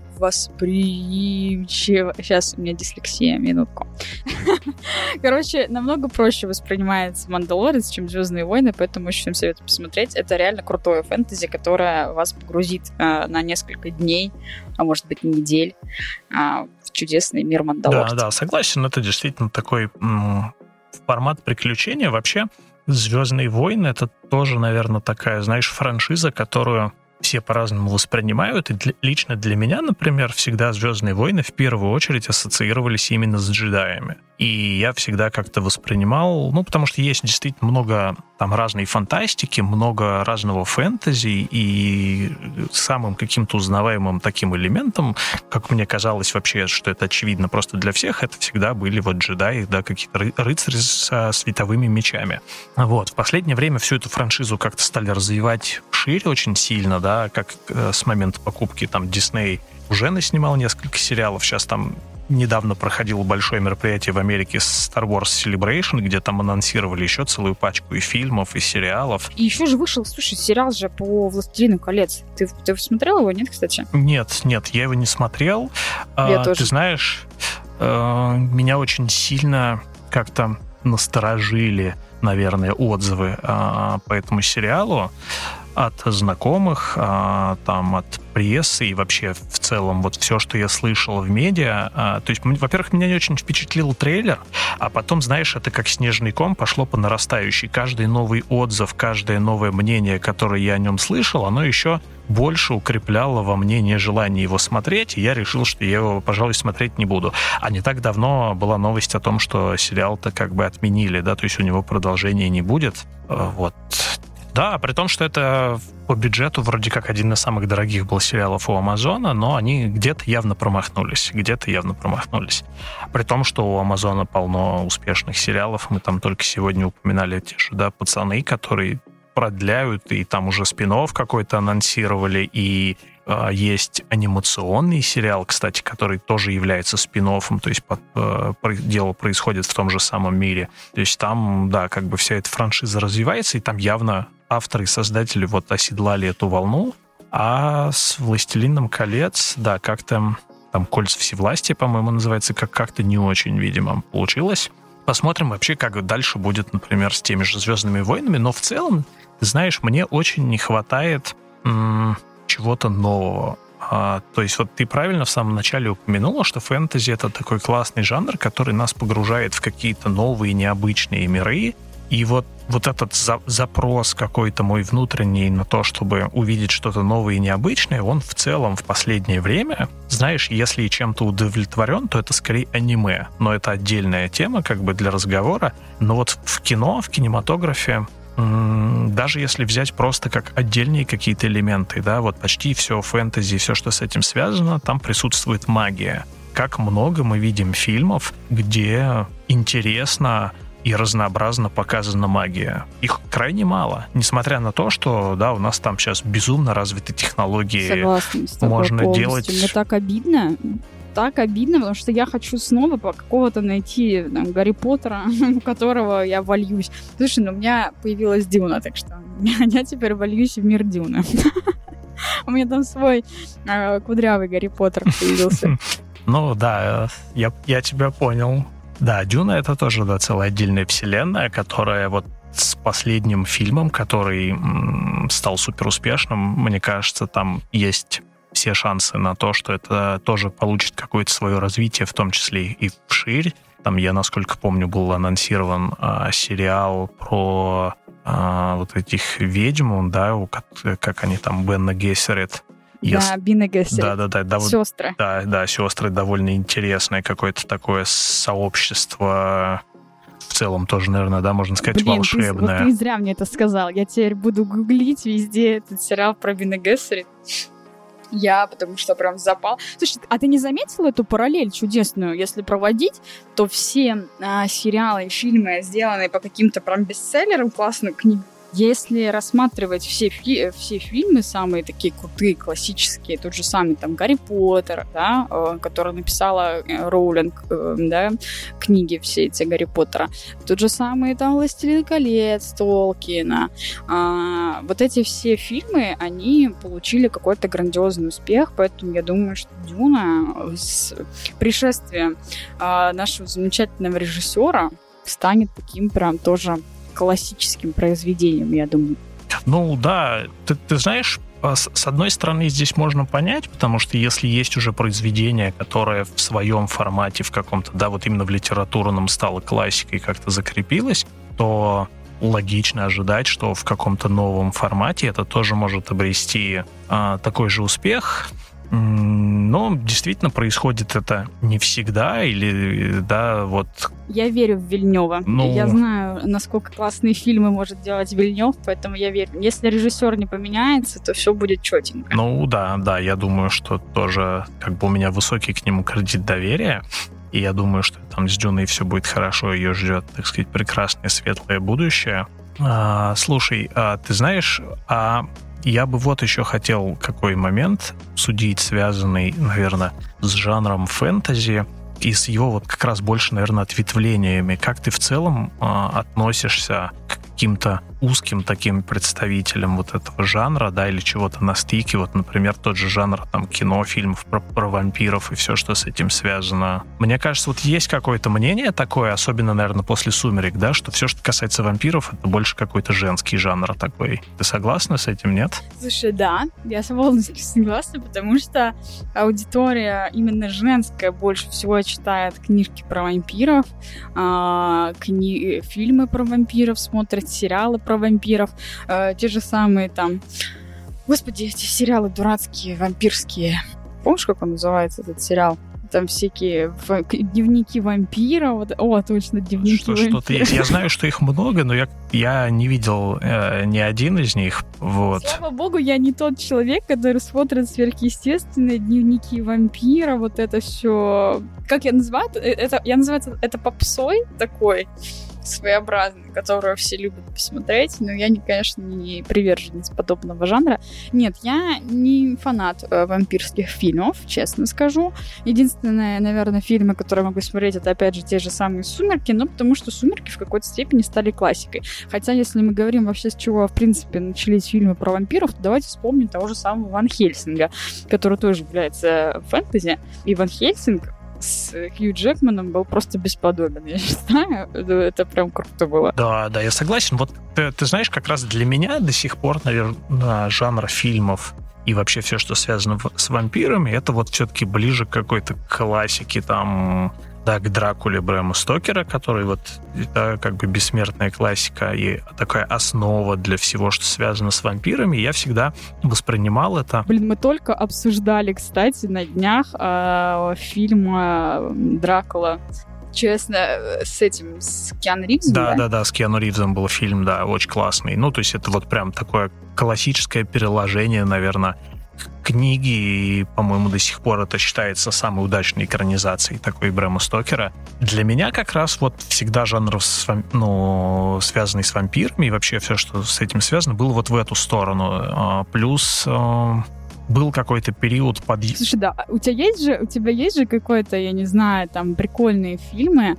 Speaker 2: восприимчиво. Сейчас у меня дислексия, минутку. Короче, намного проще воспринимается «Мандалорец», чем «Звездные войны», поэтому очень всем советую посмотреть. Это реально крутое фэнтези, которое вас погрузит на несколько дней, а может быть недель, в чудесный мир Мандалорца.
Speaker 1: Да, согласен, это действительно такой формат приключения. Вообще, «Звездные войны» — это тоже, наверное, такая, знаешь, франшиза, которую все по-разному воспринимают, и лично для меня, например, всегда «Звездные войны» в первую очередь ассоциировались именно с джедаями. И я всегда как-то воспринимал, потому что есть действительно много там разной фантастики, много разного фэнтези, и самым каким-то узнаваемым таким элементом, как мне казалось вообще, что это очевидно просто для всех, это всегда были вот джедаи, да, какие-то рыцари со световыми мечами. Вот. В последнее время всю эту франшизу как-то стали развивать шире очень сильно, да, как с момента покупки там Disney уже наснимал несколько сериалов, сейчас там недавно проходило большое мероприятие в Америке Star Wars Celebration, где там анонсировали еще целую пачку и фильмов, и сериалов.
Speaker 2: И еще же вышел, слушай, сериал же по «Властелину колец». Ты смотрел его, нет, кстати?
Speaker 1: Нет, я его не смотрел.
Speaker 2: Я тоже.
Speaker 1: Ты знаешь, меня очень сильно как-то насторожили, наверное, отзывы по этому сериалу от знакомых, там, от прессы и вообще в целом вот все, что я слышал в медиа. То есть, во-первых, меня не очень впечатлил трейлер, а потом, знаешь, это как снежный ком пошло по нарастающей. Каждый новый отзыв, каждое новое мнение, которое я о нем слышал, оно еще больше укрепляло во мне нежелание его смотреть, и я решил, что я его, пожалуй, смотреть не буду. А не так давно была новость о том, что сериал-то как бы отменили, да, то есть у него продолжения не будет. Вот. Да, при том, что это по бюджету вроде как один из самых дорогих был сериалов у Амазона, но они где-то явно промахнулись. При том, что у Амазона полно успешных сериалов. Мы там только сегодня упоминали те же, да, «Пацаны», который продляют, и там уже спин-офф какой-то анонсировали, и есть анимационный сериал, кстати, который тоже является спин-оффом, то есть дело происходит в том же самом мире. То есть там, да, как бы вся эта франшиза развивается, и там явно авторы и создатели вот оседлали эту волну, а с «Властелином колец», да, как-то там «Кольца всевластия», по-моему, называется, как-то не очень, видимо, получилось. Посмотрим вообще, как дальше будет, например, с теми же «Звездными войнами», но в целом, ты знаешь, мне очень не хватает чего-то нового. То есть вот ты правильно в самом начале упомянула, что фэнтези — это такой классный жанр, который нас погружает в какие-то новые, необычные миры. И вот этот запрос какой-то мой внутренний на то, чтобы увидеть что-то новое и необычное, он в целом в последнее время, знаешь, если и чем-то удовлетворен, то это скорее аниме. Но это отдельная тема как бы для разговора. Но вот в кино, в кинематографе, даже если взять просто как отдельные какие-то элементы, да, вот почти все фэнтези, все, что с этим связано, там присутствует магия. Как много мы видим фильмов, где интересно и разнообразно показана магия. Их крайне мало, несмотря на то, что, да, у нас там сейчас безумно развиты технологии.
Speaker 2: Согласна с тобой
Speaker 1: можно
Speaker 2: полностью.
Speaker 1: делать...
Speaker 2: Мне так обидно, потому что я хочу снова какого-то найти там, Гарри Поттера, у которого я вольюсь. Слушай, у меня появилась Дюна, так что я теперь вольюсь в мир Дюны. У меня там свой кудрявый Гарри Поттер появился.
Speaker 1: Ну да, я тебя понял. Да, «Дюна» — это тоже, да, целая отдельная вселенная, которая вот с последним фильмом, который стал суперуспешным, мне кажется, там есть все шансы на то, что это тоже получит какое-то свое развитие, в том числе и вширь. Там, я, насколько помню, был анонсирован сериал про вот этих ведьм, да, как они там, Бена Гессерит.
Speaker 2: Да, Бена Гессерит.
Speaker 1: Да.
Speaker 2: Сестры.
Speaker 1: Да, сестры, довольно интересное какое-то такое сообщество, в целом тоже, наверное, да, можно сказать, волшебное.
Speaker 2: Ты зря мне это сказал. Я теперь буду гуглить везде этот сериал про Бена Гессерит. Потому что прям запал. Слушай, а ты не заметила эту параллель чудесную? Если проводить, то все сериалы и фильмы, сделанные по каким-то прям бестселлерам, классным книгам, если рассматривать все фильмы, самые такие крутые, классические, тот же самый там Гарри Поттер, да, который написала Роулинг, да, книги все эти Гарри Поттера, тот же самый там «Властелин колец» Толкина, вот эти все фильмы, они получили какой-то грандиозный успех, поэтому я думаю, что «Дюна» с пришествием нашего замечательного режиссера станет таким прям тоже классическим произведением, я думаю.
Speaker 1: Ну да, ты знаешь, с одной стороны здесь можно понять, потому что если есть уже произведение, которое в своем формате, в каком-то, да, вот именно в литературном стало классикой, как-то закрепилось, то логично ожидать, что в каком-то новом формате это тоже может обрести такой же успех. Но действительно происходит это не всегда, или, да, вот...
Speaker 2: Я верю в Вильнёва. Я знаю, насколько классные фильмы может делать Вильнёв, поэтому я верю. Если режиссер не поменяется, то все будет чётенько.
Speaker 1: Ну да, я думаю, что тоже как бы у меня высокий к нему кредит доверия, и я думаю, что там с Дюной все будет хорошо, ее ждет, так сказать, прекрасное светлое будущее. Слушай, ты знаешь, я бы вот еще хотел какой момент судить, связанный, наверное, с жанром фэнтези и с его вот как раз больше, наверное, ответвлениями. Как ты в целом относишься к каким-то узким таким представителям вот этого жанра, да, или чего-то на стыке, вот, например, тот же жанр там кино, фильмов про вампиров и все, что с этим связано. Мне кажется, вот есть какое-то мнение такое, особенно, наверное, после «Сумерек», да, что все, что касается вампиров, это больше какой-то женский жанр такой. Ты согласна с этим, нет?
Speaker 2: Слушай, да, я полностью согласна, потому что аудитория именно женская больше всего читает книжки про вампиров, фильмы про вампиров смотрят, сериалы про вампиров, те же самые там... Господи, эти сериалы дурацкие, вампирские. Помнишь, как он называется, этот сериал? Там всякие дневники вампира. Точно, дневники вампира.
Speaker 1: Что-то есть. Я знаю, что их много, но я не видел ни один из них. Вот.
Speaker 2: Слава богу, я не тот человек, который смотрит сверхъестественные дневники вампира, вот это все. Как я называю? Я называю это попсой такой. своеобразный, которого все любят посмотреть, но я, конечно, не приверженец подобного жанра. Нет, я не фанат вампирских фильмов, честно скажу. Единственное, наверное, фильмы, которые могу смотреть, это, опять же, те же самые «Сумерки», но потому что «Сумерки» в какой-то степени стали классикой. Хотя, если мы говорим вообще, с чего, в принципе, начались фильмы про вампиров, то давайте вспомним того же самого Ван Хельсинга, который тоже является фэнтези. И Ван Хельсинг с Хью Джекманом был просто бесподобен, я считаю. Это прям круто было.
Speaker 1: Да, я согласен. Вот ты знаешь, как раз для меня до сих пор, наверное, жанр фильмов и вообще все, что связано с вампирами, это вот все-таки ближе к какой-то классике, там, да, к Дракуле Брэма Стокера, который вот, это как бы бессмертная классика и такая основа для всего, что связано с вампирами. Я всегда воспринимал это.
Speaker 2: Блин, мы только обсуждали, кстати, на днях фильм «Дракула». Честно, с Киану Ривзом, да?
Speaker 1: Да, с Киану Ривзом был фильм, да, очень классный. Ну, то есть это вот прям такое классическое переложение, наверное, книги, и, по-моему, до сих пор это считается самой удачной экранизацией такой Брэма Стокера. Для меня как раз вот всегда жанр, связанный с вампирами, и вообще все, что с этим связано, было вот в эту сторону. Плюс был какой-то период
Speaker 2: Слушай, да, у тебя есть же какой-то, я не знаю, там, прикольные фильмы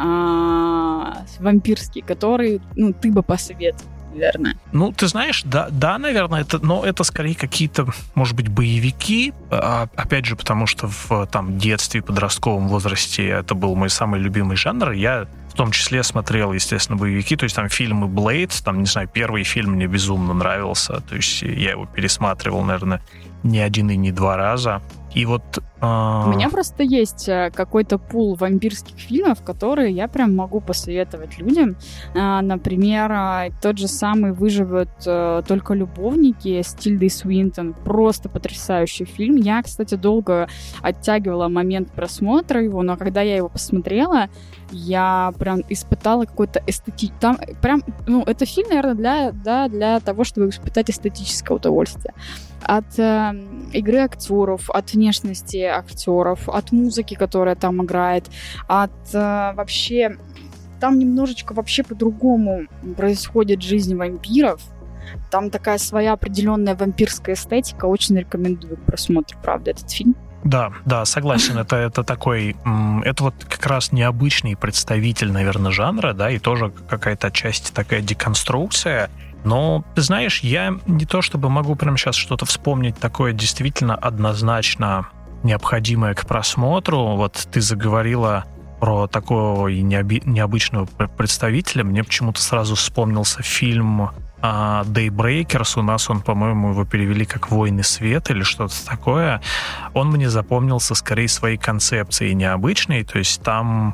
Speaker 2: вампирские, которые, ты бы посоветовал, наверное.
Speaker 1: Ну, ты знаешь, да, наверное, это скорее какие-то, может быть, боевики, опять же, потому что в детстве и подростковом возрасте это был мой самый любимый жанр. Я в том числе смотрел, естественно, боевики, то есть там фильмы Блейд, там, не знаю, первый фильм мне безумно нравился, то есть я его пересматривал, наверное, не один и не два раза. И вот... У
Speaker 2: меня просто есть какой-то пул вампирских фильмов, которые я прям могу посоветовать людям. Например, тот же самый «Выживут только любовники» с Тильдой Суинтон. Просто потрясающий фильм. Я, кстати, долго оттягивала момент просмотра его, но когда я его посмотрела, я прям испытала какой-то там прям, это фильм, наверное, для того, чтобы испытать эстетическое удовольствие. От игры актеров, от внешности актеров, от музыки, которая там играет, от вообще... Там немножечко вообще по-другому происходит жизнь вампиров. Там такая своя определенная вампирская эстетика. Очень рекомендую к просмотру, правда, этот фильм.
Speaker 1: Да, согласен. Это такой... Это вот как раз необычный представитель, наверное, жанра, да, и тоже какая-то отчасти такая деконструкция. Но, ты знаешь, я не то чтобы могу прямо сейчас что-то вспомнить такое действительно однозначно необходимое к просмотру. Вот ты заговорила про такого необычного представителя. Мне почему-то сразу вспомнился фильм Daybreakers. У нас он, по-моему, его перевели как «Войны света» или что-то такое. Он мне запомнился скорее своей концепцией необычной. То есть там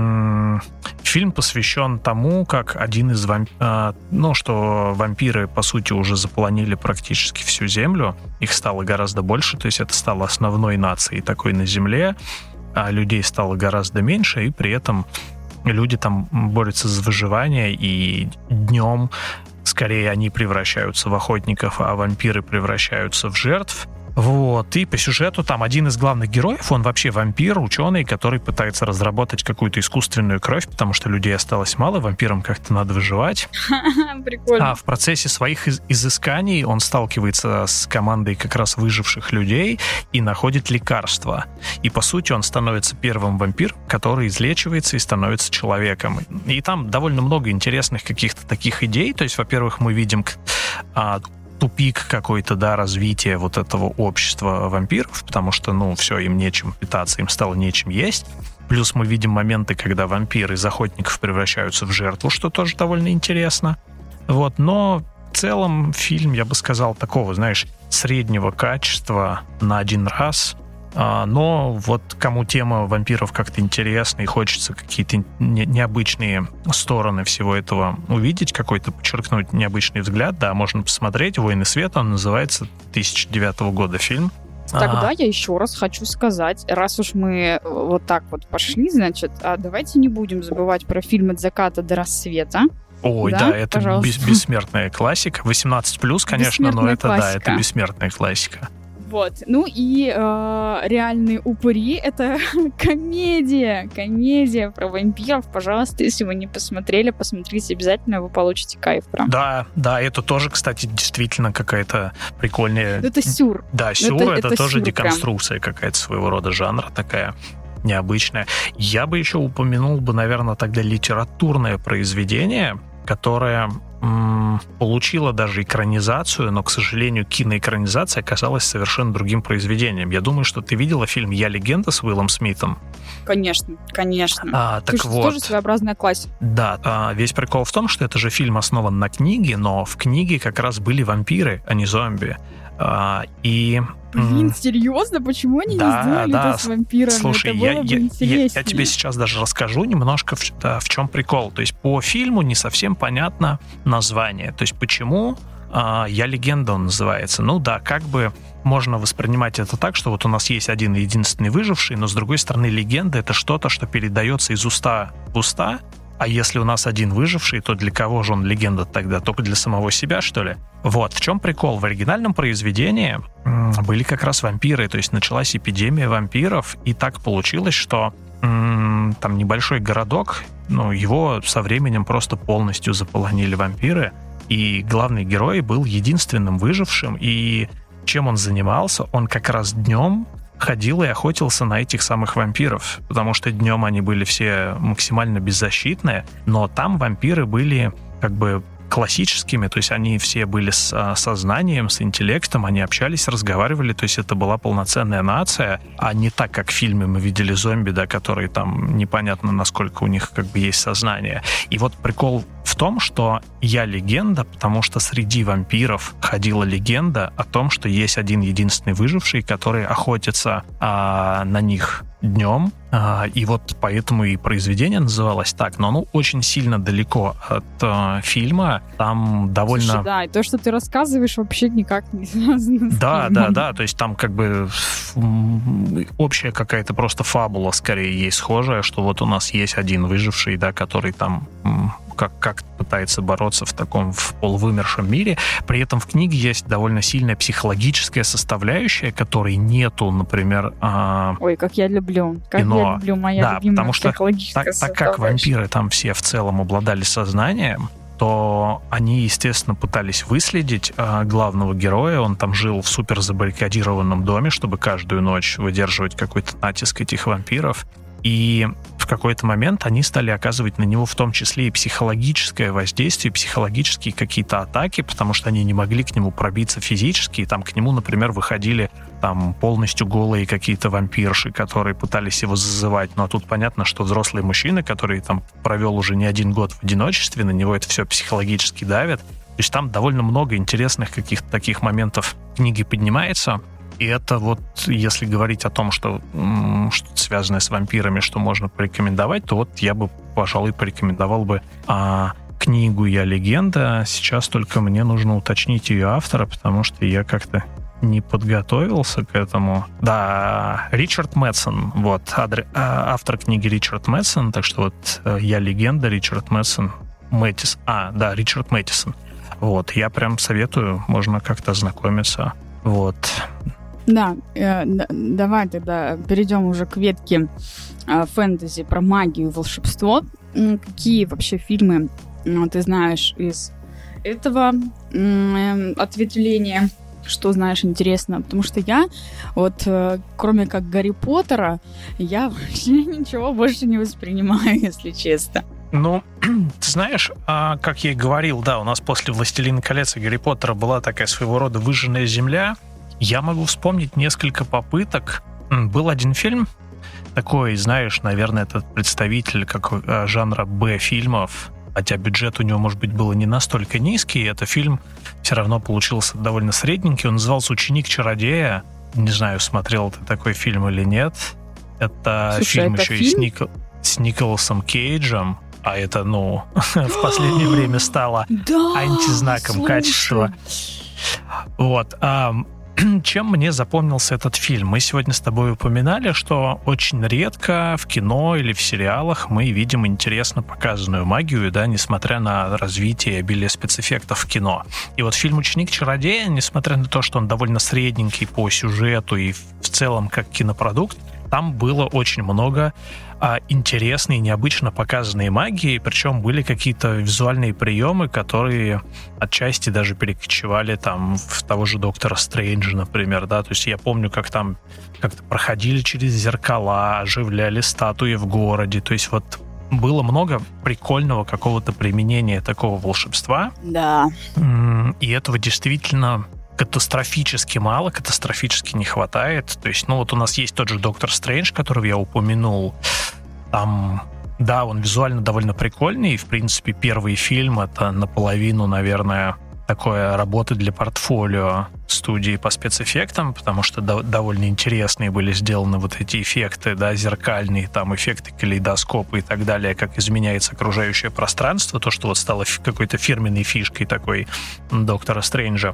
Speaker 1: фильм посвящен тому, как один из что вампиры, по сути, уже заполонили практически всю Землю. Их стало гораздо больше, то есть это стало основной нацией такой на Земле, а людей стало гораздо меньше, и при этом люди там борются за выживание, и днем скорее они превращаются в охотников, а вампиры превращаются в жертв. Вот, и по сюжету там один из главных героев, он вообще вампир, ученый, который пытается разработать какую-то искусственную кровь, потому что людей осталось мало, вампирам как-то надо выживать.
Speaker 2: Прикольно.
Speaker 1: А в процессе своих изысканий он сталкивается с командой как раз выживших людей и находит лекарство. И, по сути, он становится первым вампиром, который излечивается и становится человеком. И там довольно много интересных каких-то таких идей. То есть, во-первых, мы видим тупик какой-то, да, развития вот этого общества вампиров, потому что, все, им нечем питаться, им стало нечем есть. Плюс мы видим моменты, когда вампиры из охотников превращаются в жертву, что тоже довольно интересно. Вот, но в целом фильм, я бы сказал, такого, знаешь, среднего качества на один раз. Но вот кому тема вампиров как-то интересна и хочется какие-то необычные стороны всего этого увидеть, какой-то подчеркнуть необычный взгляд, да, можно посмотреть. «Войны света», он называется, 2009 года фильм.
Speaker 2: Тогда я еще раз хочу сказать, раз уж мы вот так вот пошли, значит, давайте не будем забывать про фильм «От заката до рассвета».
Speaker 1: Ой, да, это бессмертная классика. 18+, конечно, но это, да, это бессмертная классика.
Speaker 2: Вот. Ну и «Реальные упыри» — это комедия про вампиров. Пожалуйста, если вы не посмотрели, посмотрите обязательно, вы получите кайф. Прям.
Speaker 1: Да, это тоже, кстати, действительно какая-то прикольная...
Speaker 2: Это сюр.
Speaker 1: Да, сюр, это тоже
Speaker 2: сюр
Speaker 1: деконструкция прям. Какая-то своего рода жанра такая необычная. Я бы еще упомянул наверное, тогда литературное произведение, которое получила даже экранизацию, но, к сожалению, киноэкранизация оказалась совершенно другим произведением. Я думаю, что ты видела фильм «Я легенда» с Уиллом Смитом?
Speaker 2: Конечно.
Speaker 1: Так вот.
Speaker 2: Тоже своеообразная классика.
Speaker 1: Да, весь прикол в том, что это же фильм основан на книге, но в книге как раз были вампиры, а не зомби.
Speaker 2: Блин, серьезно? Почему они не сделали это с вампирами?
Speaker 1: Слушай,
Speaker 2: это было бы интереснее.
Speaker 1: Я тебе сейчас даже расскажу немножко, в чем прикол. То есть по фильму не совсем понятно название. То есть почему «Я легенда» он называется. Ну да, как бы можно воспринимать это так, что вот у нас есть один единственный выживший, но с другой стороны легенда — это что-то, что передается из уста в уста. А если у нас один выживший, то для кого же он легенда тогда? Только для самого себя, что ли? Вот, в чем прикол? В оригинальном произведении были как раз вампиры, то есть началась эпидемия вампиров, и так получилось, что там небольшой городок, его со временем просто полностью заполонили вампиры, и главный герой был единственным выжившим, и чем он занимался? Он как раз днем ходил и охотился на этих самых вампиров, потому что днем они были все максимально беззащитные, но там вампиры были как бы классическими, то есть они все были с сознанием, с интеллектом, они общались, разговаривали, то есть это была полноценная нация, а не так, как в фильме мы видели зомби, да, которые там непонятно, насколько у них как бы есть сознание. И вот прикол в том, что «Я легенда», потому что среди вампиров ходила легенда о том, что есть один единственный выживший, который охотится на них днем, и вот поэтому и произведение называлось так, но оно очень сильно далеко от фильма, там довольно...
Speaker 2: Слушай, да, и то, что ты рассказываешь, вообще никак не связано с фильмом.
Speaker 1: Да, то есть там как бы общая какая-то просто фабула скорее есть схожая, что вот у нас есть один выживший, да, который там как пытается бороться в таком в полувымершем мире. При этом в книге есть довольно сильная психологическая составляющая, которой нету, например...
Speaker 2: Ой, как я люблю. Я люблю моя любимая психологическая составляющая.
Speaker 1: Так как вампиры там все в целом обладали сознанием, то они, естественно, пытались выследить главного героя. Он там жил в супер забаррикадированном доме, чтобы каждую ночь выдерживать какой-то натиск этих вампиров. И в какой-то момент они стали оказывать на него в том числе и психологическое воздействие, психологические какие-то атаки, потому что они не могли к нему пробиться физически. И там к нему, например, выходили там полностью голые какие-то вампирши, которые пытались его зазывать. Но тут понятно, что взрослый мужчина, который там провел уже не один год в одиночестве, на него это все психологически давит. То есть там довольно много интересных каких-то таких моментов в книге поднимается. И это вот, если говорить о том, что что-то связанное с вампирами, что можно порекомендовать, то вот я бы, пожалуй, порекомендовал бы книгу «Я легенда». Сейчас только мне нужно уточнить ее автора, потому что я как-то не подготовился к этому. Да, Ричард Мэтсон. Вот, автор книги Ричард Мэтсон. Так что вот «Я легенда», Ричард Мэтсон. Ричард Мэттисон. Вот, я прям советую, можно как-то ознакомиться. Вот.
Speaker 2: Да, давай тогда перейдем уже к ветке фэнтези про магию и волшебство. Какие вообще фильмы ты знаешь из этого ответвления? Что знаешь интересно? Потому что я, вот, кроме как Гарри Поттера, я вообще ничего больше не воспринимаю, если честно.
Speaker 1: Ну, ты знаешь, как я и говорил, да, у нас после «Властелина колец» и «Гарри Поттера» была такая своего рода выжженная земля. Я могу вспомнить несколько попыток. Был один фильм, такой, знаешь, наверное, это представитель как жанра Б-фильмов, хотя бюджет у него, может быть, был не настолько низкий, это фильм все равно получился довольно средненький. Он назывался «Ученик чародея». Не знаю, смотрел ты такой фильм или нет. Это фильм
Speaker 2: это
Speaker 1: еще
Speaker 2: фильм?
Speaker 1: и с Николасом Кейджем. А это, в последнее время стало антизнаком качества. Вот. чем мне запомнился этот фильм? Мы сегодня с тобой упоминали, что очень редко в кино или в сериалах мы видим интересно показанную магию, да, несмотря на развитие и обилие спецэффектов в кино. И вот фильм «Ученик чародея», несмотря на то, что он довольно средненький по сюжету и в целом как кинопродукт, там было очень много интересной и необычно показанной магии, причем были какие-то визуальные приемы, которые отчасти даже перекочевали там в того же Доктора Стрэнджа, например, да, то есть я помню, как там как-то проходили через зеркала, оживляли статуи в городе, то есть вот было много прикольного какого-то применения такого волшебства.
Speaker 2: Да.
Speaker 1: И этого действительно катастрофически мало, катастрофически не хватает. То есть, ну вот у нас есть тот же Доктор Стрэндж, которого я упомянул. Там, да, он визуально довольно прикольный, и, в принципе, первый фильм — это наполовину, наверное, такое работа для портфолио студии по спецэффектам, потому что довольно интересные были сделаны вот эти эффекты, да, зеркальные, там, эффекты калейдоскопа и так далее, как изменяется окружающее пространство, то, что вот стало какой-то фирменной фишкой такой Доктора Стрэнджа.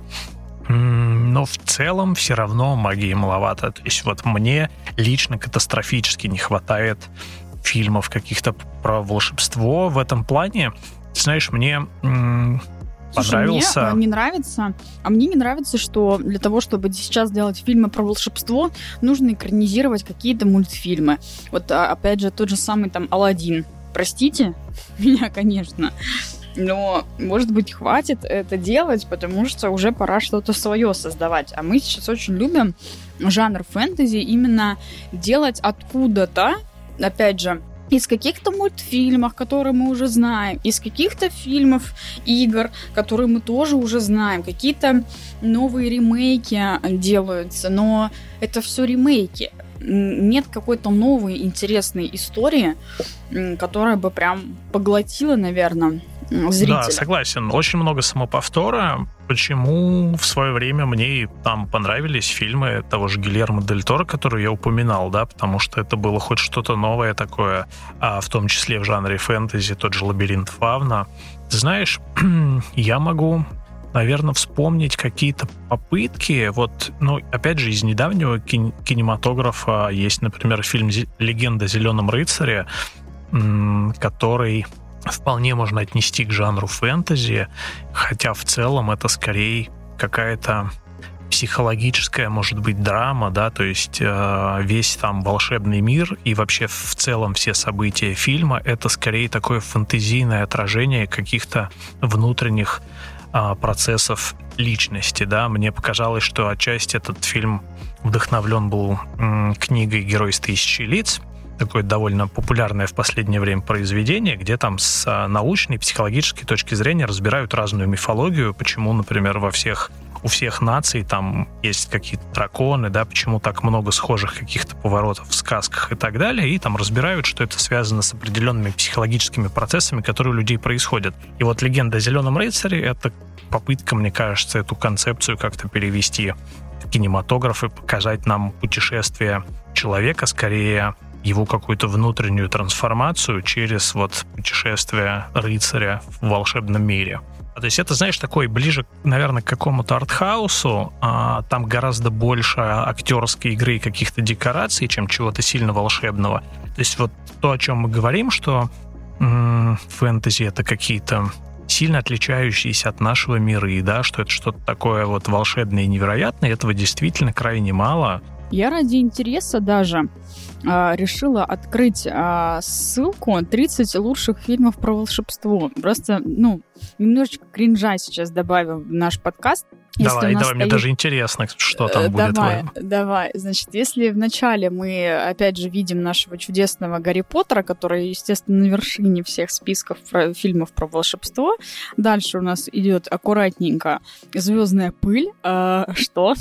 Speaker 1: Но в целом все равно магии маловато. То есть вот мне лично катастрофически не хватает фильмов каких-то про волшебство в этом плане. Ты знаешь, мне понравился...
Speaker 2: Слушай, мне не нравится. А мне не нравится, что для того, чтобы сейчас делать фильмы про волшебство, нужно экранизировать какие-то мультфильмы. Вот, опять же, тот же самый там «Аладдин». Простите меня, конечно. Но, может быть, хватит это делать, потому что уже пора что-то свое создавать. А мы сейчас очень любим жанр фэнтези именно делать откуда-то, опять же, из каких-то мультфильмов, которые мы уже знаем, из каких-то фильмов, игр, которые мы тоже уже знаем, какие-то новые ремейки делаются, но это все ремейки. Нет какой-то новой интересной истории, которая бы прям поглотила, наверное, зрителя.
Speaker 1: Да, согласен. Очень много самоповтора. Почему в свое время мне там понравились фильмы того же Гильермо дель Торо, которые я упоминал, да, потому что это было хоть что-то новое такое, в том числе в жанре фэнтези, тот же «Лабиринт Фавна». Ты знаешь, я могу, наверное, вспомнить какие-то попытки. Вот, ну, опять же, из недавнего кинематографа есть, например, фильм «Легенда о Зеленом рыцаре», который вполне можно отнести к жанру фэнтези, хотя в целом это скорее какая-то психологическая, может быть, драма, да, то есть весь там волшебный мир и вообще в целом все события фильма — это скорее такое фэнтезийное отражение каких-то внутренних процессов личности, да. Мне показалось, что отчасти этот фильм вдохновлен был книгой «Герой из тысячи лиц», такое довольно популярное в последнее время произведение, где там с научной, психологической точки зрения разбирают разную мифологию, почему, например, у всех наций там есть какие-то драконы, да, почему так много схожих каких-то поворотов в сказках и так далее, и там разбирают, что это связано с определенными психологическими процессами, которые у людей происходят. И вот «Легенда о Зеленом рыцаре» — это попытка, мне кажется, эту концепцию как-то перевести в кинематограф и показать нам путешествие человека, скорее его какую-то внутреннюю трансформацию через вот путешествие рыцаря в волшебном мире. То есть это, знаешь, такой ближе, наверное, к какому-то артхаусу, там гораздо больше актерской игры и каких-то декораций, чем чего-то сильно волшебного. То есть вот то, о чем мы говорим, что фэнтези — это какие-то сильно отличающиеся от нашего мира, да, что это что-то такое вот волшебное и невероятное, этого действительно крайне мало.
Speaker 2: Я ради интереса даже решила открыть ссылку 30 лучших фильмов про волшебство. Просто, немножечко кринжа сейчас добавим в наш подкаст.
Speaker 1: Давай, мне даже интересно, что там будет.
Speaker 2: Давай. Значит, если вначале мы, опять же, видим нашего чудесного Гарри Поттера, который, естественно, на вершине всех списков фильмов про волшебство, дальше у нас идет аккуратненько «Звездная пыль». Что?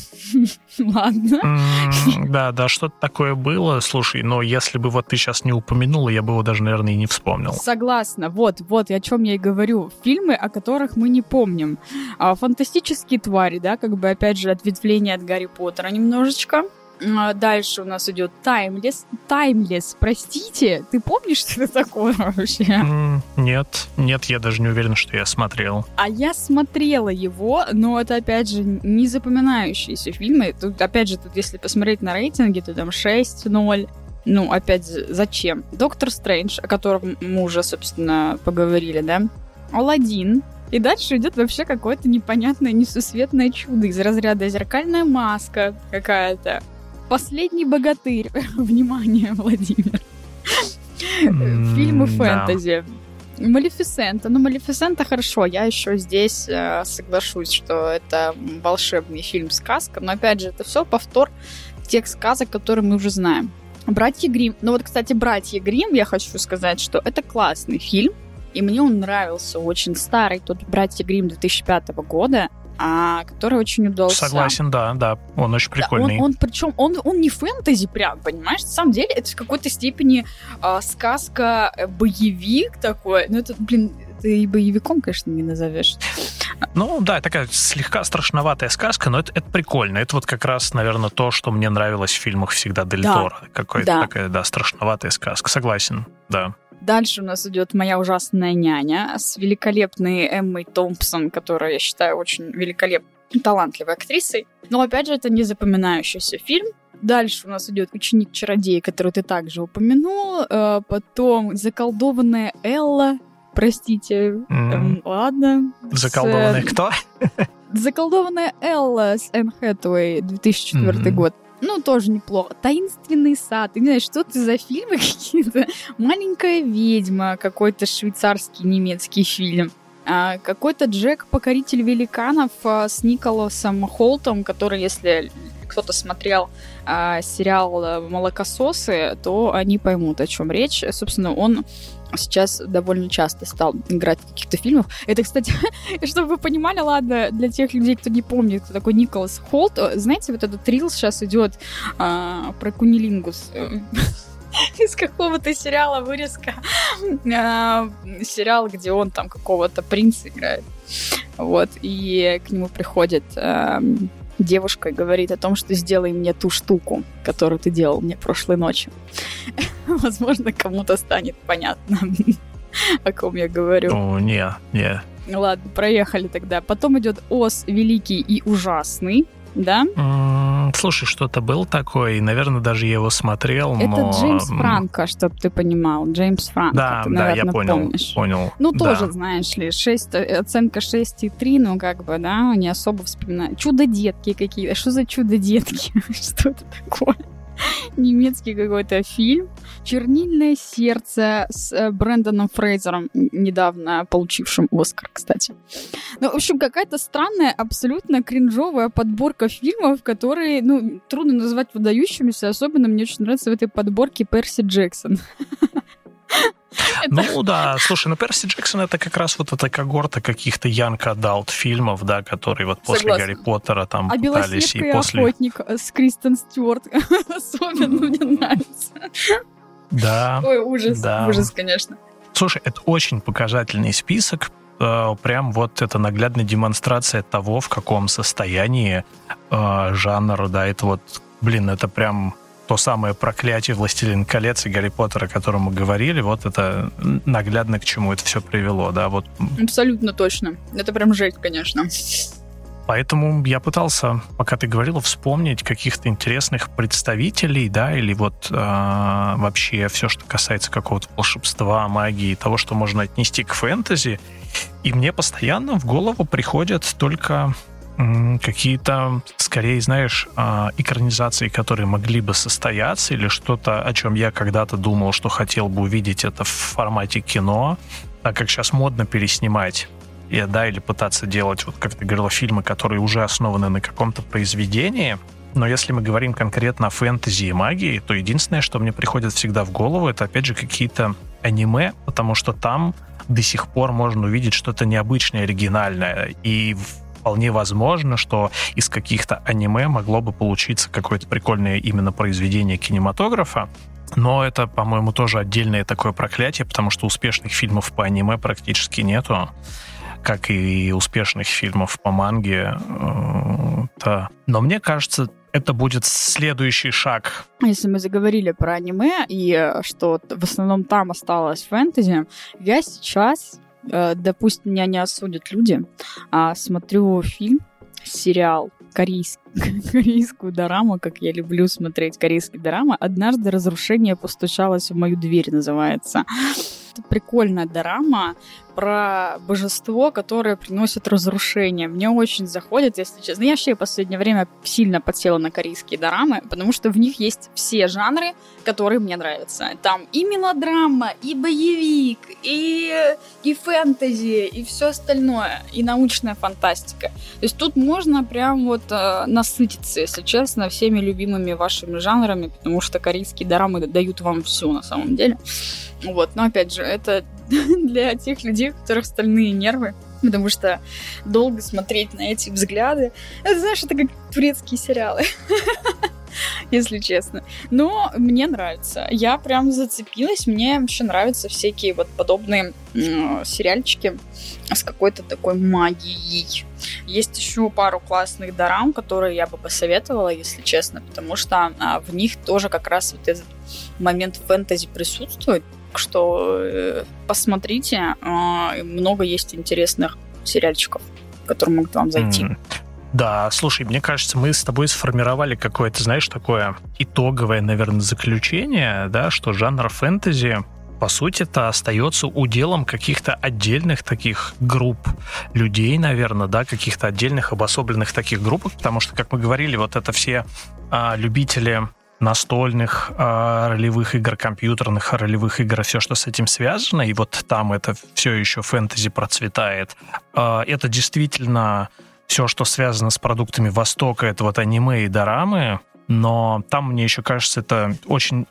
Speaker 2: Ладно.
Speaker 1: Да, что-то такое было. Слушай, но если бы вот ты сейчас не упомянула, я бы его даже, наверное, и не вспомнил.
Speaker 2: Согласна. Вот, о чем я и говорю. Фильмы, о которых мы не помним. «Фантастические твари», да, как бы, опять же, ответвление от Гарри Поттера немножечко. Дальше у нас идет Timeless, простите, ты помнишь, что это такое вообще?
Speaker 1: Нет, я даже не уверен, что я смотрел.
Speaker 2: А я смотрела его, но это, опять же, не запоминающиеся фильмы. Тут, опять же, если посмотреть на рейтинги, то там 6-0. Ну, опять же, зачем? Доктор Стрэндж, о котором мы уже, собственно, поговорили, да? Аладдин. И дальше идет вообще какое-то непонятное, несусветное чудо из разряда «Зеркальная маска» какая-то. «Последний богатырь». Внимание, Владимир. Фильмы фэнтези. «Малефисента». Ну, «Малефисента» хорошо. Я еще здесь соглашусь, что это волшебный фильм-сказка. Но, опять же, это все повтор тех сказок, которые мы уже знаем. «Братья Гримм». Ну вот, кстати, «Братья Гримм», я хочу сказать, что это классный фильм. И мне он нравился. Очень старый. Тот «Братья Гримм» 2005 года. Который очень удался.
Speaker 1: Согласен, да, он очень прикольный.
Speaker 2: Да, причем он не фэнтези прям, понимаешь? На самом деле это в какой-то степени сказка, боевик такой. Ну это, ты и боевиком, конечно, не назовешь.
Speaker 1: Ну да, такая слегка страшноватая сказка, но это прикольно. Это вот как раз, наверное, то, что мне нравилось в фильмах всегда Дель Торо. Какая-то такая, страшноватая сказка. Согласен, да.
Speaker 2: Дальше у нас идет «Моя ужасная няня» с великолепной Эммой Томпсон, которая, я считаю, очень великолепной, талантливой актрисой. Но, опять же, это не запоминающийся фильм. Дальше у нас идет «Ученик чародея», который ты также упомянул. Потом «Заколдованная Элла». Простите, ладно.
Speaker 1: «Заколдованная» кто?
Speaker 2: «Заколдованная Элла» с Энн Хэтэуэй, 2004 год. Ну, тоже неплохо. «Таинственный сад». Ты не знаешь, что это за фильмы какие-то? «Маленькая ведьма», какой-то швейцарский немецкий фильм. Какой-то «Джек, покоритель великанов» с Николасом Холтом, который, если кто-то смотрел сериал «Молокососы», то они поймут, о чем речь. Собственно, он сейчас довольно часто стал играть в каких-то фильмах. Это, кстати, чтобы вы понимали, ладно, для тех людей, кто не помнит, кто такой Николас Холт, знаете, вот этот рилс сейчас идет про кунилингус. Из какого-то сериала вырезка. Сериал, где он там какого-то принца играет. Вот. И к нему приходит девушка и говорит о том, что сделай мне ту штуку, которую ты делал мне прошлой ночью. Возможно, кому-то станет понятно, о ком я говорю.
Speaker 1: Ну, не.
Speaker 2: Ладно, проехали тогда. Потом идет «Оз великий и ужасный». Да?
Speaker 1: Слушай, что-то было такое, и, наверное, даже я его смотрел,
Speaker 2: это
Speaker 1: но...
Speaker 2: Джеймс Франко, чтобы ты понимал. Джеймс Франко,
Speaker 1: да,
Speaker 2: ты, наверное,
Speaker 1: я понял.
Speaker 2: Ну,
Speaker 1: да.
Speaker 2: Тоже, знаешь ли, оценка 6,3, ну, как бы, да, не особо вспоминаю. «Чудо-детки» какие-то. Что за «Чудо-детки»? Что это такое? Немецкий какой-то фильм. «Чернильное сердце» с Брэндоном Фрейзером, недавно получившим Оскар, кстати. Ну, в общем, какая-то странная, абсолютно кринжовая подборка фильмов, которые, ну, трудно назвать выдающимися. Особенно мне очень нравится в этой подборке Перси Джексон.
Speaker 1: Ну да, слушай, Перси Джексон это как раз вот эта когорта каких-то young adult фильмов, да, которые вот после Гарри Поттера там пытались и после...
Speaker 2: «Охотник» с Кристен Стюарт особенно мне нравится.
Speaker 1: Да.
Speaker 2: Ой, ужас,
Speaker 1: да.
Speaker 2: Ужас, конечно.
Speaker 1: Слушай, это очень показательный список, прям вот это наглядная демонстрация того, в каком состоянии жанр, да, это вот, это прям... То самое проклятие «Властелин колец» и «Гарри Поттера», о котором мы говорили, вот это наглядно к чему это все привело, да, вот. Абсолютно
Speaker 2: точно. Это прям жесть, конечно.
Speaker 1: Поэтому я пытался, пока ты говорила, вспомнить каких-то интересных представителей, да, или вот вообще все, что касается какого-то волшебства, магии, того, что можно отнести к фэнтези. И мне постоянно в голову приходят только... какие-то, скорее, знаешь, экранизации, которые могли бы состояться, или что-то, о чем я когда-то думал, что хотел бы увидеть это в формате кино, так как сейчас модно переснимать, или пытаться делать, вот как ты говорила, фильмы, которые уже основаны на каком-то произведении. Но если мы говорим конкретно о фэнтези и магии, то единственное, что мне приходит всегда в голову, это, опять же, какие-то аниме, потому что там до сих пор можно увидеть что-то необычное, оригинальное, и вполне возможно, что из каких-то аниме могло бы получиться какое-то прикольное именно произведение кинематографа. Но это, по-моему, тоже отдельное такое проклятие, потому что успешных фильмов по аниме практически нету, как и успешных фильмов по манге. Но мне кажется, это будет следующий шаг.
Speaker 2: Если мы заговорили про аниме, и что в основном там осталось фэнтези, я сейчас, да пусть меня не осудят люди, смотрю сериал корейскую дораму, как я люблю смотреть корейские дорамы. «Однажды разрушение постучалось в мою дверь» называется. Это прикольная дорама про божество, которое приносит разрушение. Мне очень заходит, если честно. Я вообще в последнее время сильно подсела на корейские дорамы, потому что в них есть все жанры, которые мне нравятся. Там и мелодрама, и боевик, и фэнтези, и все остальное, и научная фантастика. То есть тут можно прям вот насытиться, если честно, всеми любимыми вашими жанрами, потому что корейские дорамы дают вам все на самом деле. Вот, но опять же, это для тех людей, у которых стальные нервы, потому что долго смотреть на эти взгляды, это, знаешь, это как турецкие сериалы, если честно. Но мне нравится. Я прям зацепилась. Мне вообще нравятся всякие вот подобные сериальчики с какой-то такой магией. Есть еще пару классных дорам, которые я бы посоветовала, если честно, потому что в них тоже как раз вот этот момент фэнтези присутствует. Так что посмотрите, много есть интересных сериальчиков, которые могут вам зайти.
Speaker 1: Да, слушай, мне кажется, мы с тобой сформировали какое-то, знаешь, такое итоговое, наверное, заключение, да, что жанр фэнтези, по сути, это остается уделом каких-то отдельных таких групп людей, наверное, да, каких-то отдельных обособленных таких групп, потому что, как мы говорили, вот это все любители настольных ролевых игр, компьютерных ролевых игр, все, что с этим связано, и вот там это все еще фэнтези процветает. Это действительно все, что связано с продуктами Востока, это вот аниме и дорамы, но там, мне еще кажется, это очень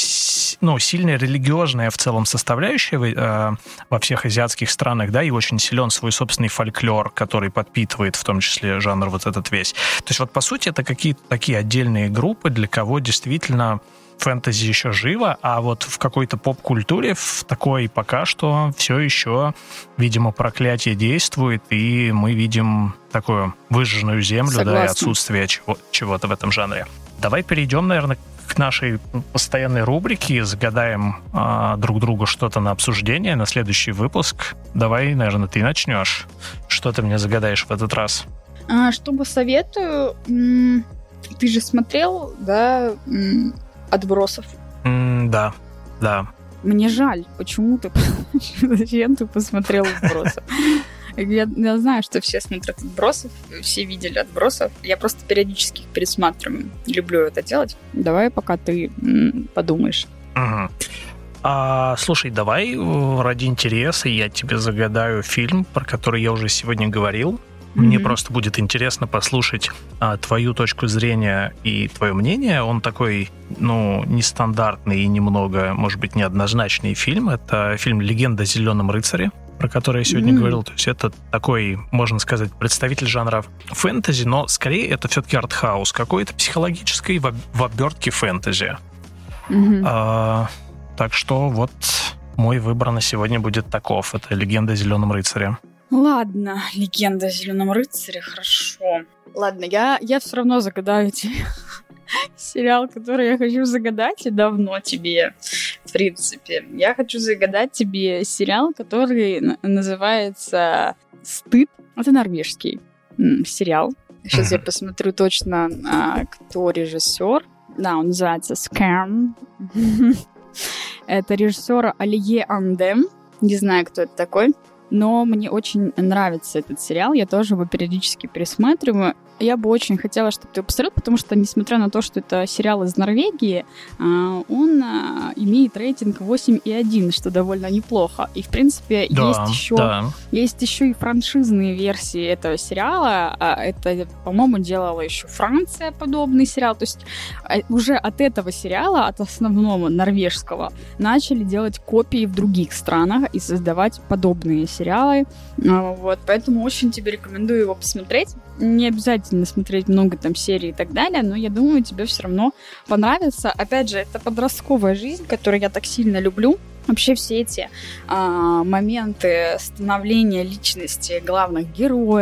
Speaker 1: сильная религиозная в целом составляющая во всех азиатских странах, да, и очень силен свой собственный фольклор, который подпитывает в том числе жанр вот этот весь. То есть вот по сути это какие-то такие отдельные группы, для кого действительно фэнтези еще живо, а вот в какой-то поп-культуре в такой пока что все еще, видимо, проклятие действует, и мы видим такую выжженную землю,
Speaker 2: Согласна.
Speaker 1: Да, и отсутствие чего-то в этом жанре. Давай перейдем, наверное, к нашей постоянной рубрике и загадаем друг другу что-то на обсуждение на следующий выпуск. Давай, наверное, ты начнешь. Что ты мне загадаешь в этот раз?
Speaker 2: Что бы советую? Ты же смотрел, да, «Отбросов»?
Speaker 1: Да.
Speaker 2: Мне жаль, почему ты зачем ты посмотрел «Отбросов»? Я знаю, что все смотрят «Отбросов», все видели «Отбросов». Я просто периодически их пересматриваю. Люблю это делать. Давай, пока ты подумаешь.
Speaker 1: Угу. Слушай, давай ради интереса я тебе загадаю фильм, про который я уже сегодня говорил. Мне просто будет интересно послушать твою точку зрения и твое мнение. Он такой, нестандартный и немного, может быть, неоднозначный фильм. Это фильм «Легенда о Зеленом рыцаре», про который я сегодня говорил. То есть это такой, можно сказать, представитель жанра фэнтези, но скорее это все-таки артхаус какой-то психологический в обертке фэнтези. Так что вот мой выбор на сегодня будет таков. Это «Легенда о Зеленом рыцаре».
Speaker 2: Ладно, «Легенда о Зеленом рыцаре», хорошо. Ладно, я все равно загадаю тебе сериал, который я хочу загадать, и давно тебе, в принципе. Я хочу загадать тебе сериал, который называется «Стыд». Это норвежский сериал. Сейчас я посмотрю точно, кто режиссер. Да, он называется «Scam». Это режиссер Олие Андем. Не знаю, кто это такой. Но мне очень нравится этот сериал, я тоже его периодически пересматриваю. Я бы очень хотела, чтобы ты его посмотрел, потому что, несмотря на то, что это сериал из Норвегии, он имеет рейтинг 8,1, что довольно неплохо. И, в принципе, есть еще и франшизные версии этого сериала. Это, по-моему, делала еще Франция подобный сериал. То есть уже от этого сериала, от основного норвежского, начали делать копии в других странах и создавать подобные сериалы. Вот, поэтому очень тебе рекомендую его посмотреть. Не обязательно смотреть много там серий и так далее, но я думаю, тебе все равно понравится. Опять же, это подростковая жизнь, которую я так сильно люблю. Вообще все эти моменты становления личности главных героев,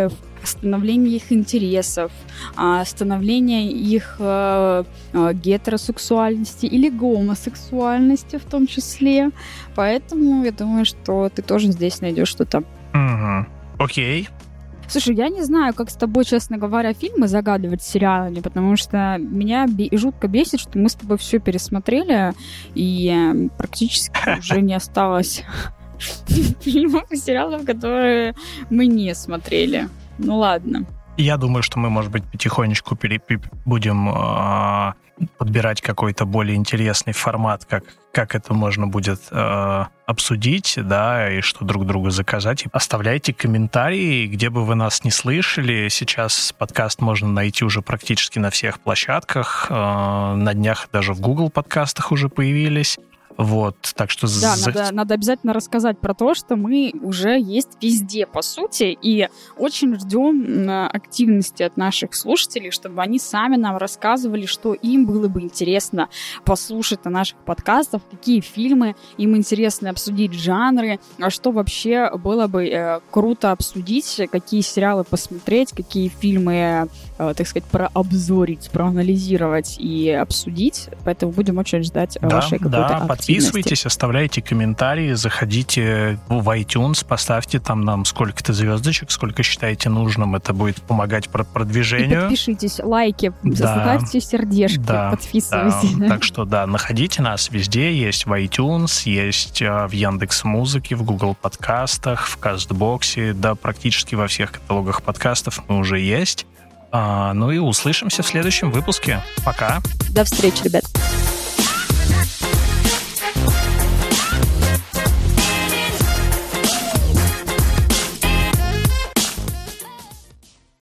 Speaker 2: становление их интересов, становление их гетеросексуальности или гомосексуальности в том числе. Поэтому я думаю, что ты тоже здесь найдешь что-то.
Speaker 1: Окей.
Speaker 2: Слушай, я не знаю, как с тобой, честно говоря, фильмы загадывать с сериалами, потому что меня жутко бесит, что мы с тобой все пересмотрели, и практически уже не осталось фильмов и сериалов, которые мы не смотрели. Ну ладно.
Speaker 1: Я думаю, что мы, может быть, потихонечку будем подбирать какой-то более интересный формат, как это можно будет обсудить, да, и что друг другу заказать. И оставляйте комментарии, где бы вы нас не слышали. Сейчас подкаст можно найти уже практически на всех площадках. На днях даже в Google подкастах уже появились. Вот, так что...
Speaker 2: Да, надо обязательно рассказать про то, что мы уже есть везде, по сути, и очень ждем активности от наших слушателей, чтобы они сами нам рассказывали, что им было бы интересно послушать на наших подкастах, какие фильмы им интересно обсудить, жанры, а что вообще было бы круто обсудить, какие сериалы посмотреть, какие фильмы, так сказать, прообзорить, проанализировать и обсудить. Поэтому будем очень ждать вашей какой-то активности.
Speaker 1: Подписывайтесь, оставляйте комментарии, заходите в iTunes, поставьте там нам сколько-то звездочек, сколько считаете нужным, это будет помогать продвижению.
Speaker 2: И подпишитесь, лайки, ставьте сердечки, подписывайтесь.
Speaker 1: Да. Так что, находите нас везде, есть в iTunes, есть в Яндекс.Музыке, в Google подкастах, в Кастбоксе, да, практически во всех каталогах подкастов мы уже есть. Ну и услышимся в следующем выпуске. Пока.
Speaker 2: До встречи, ребят.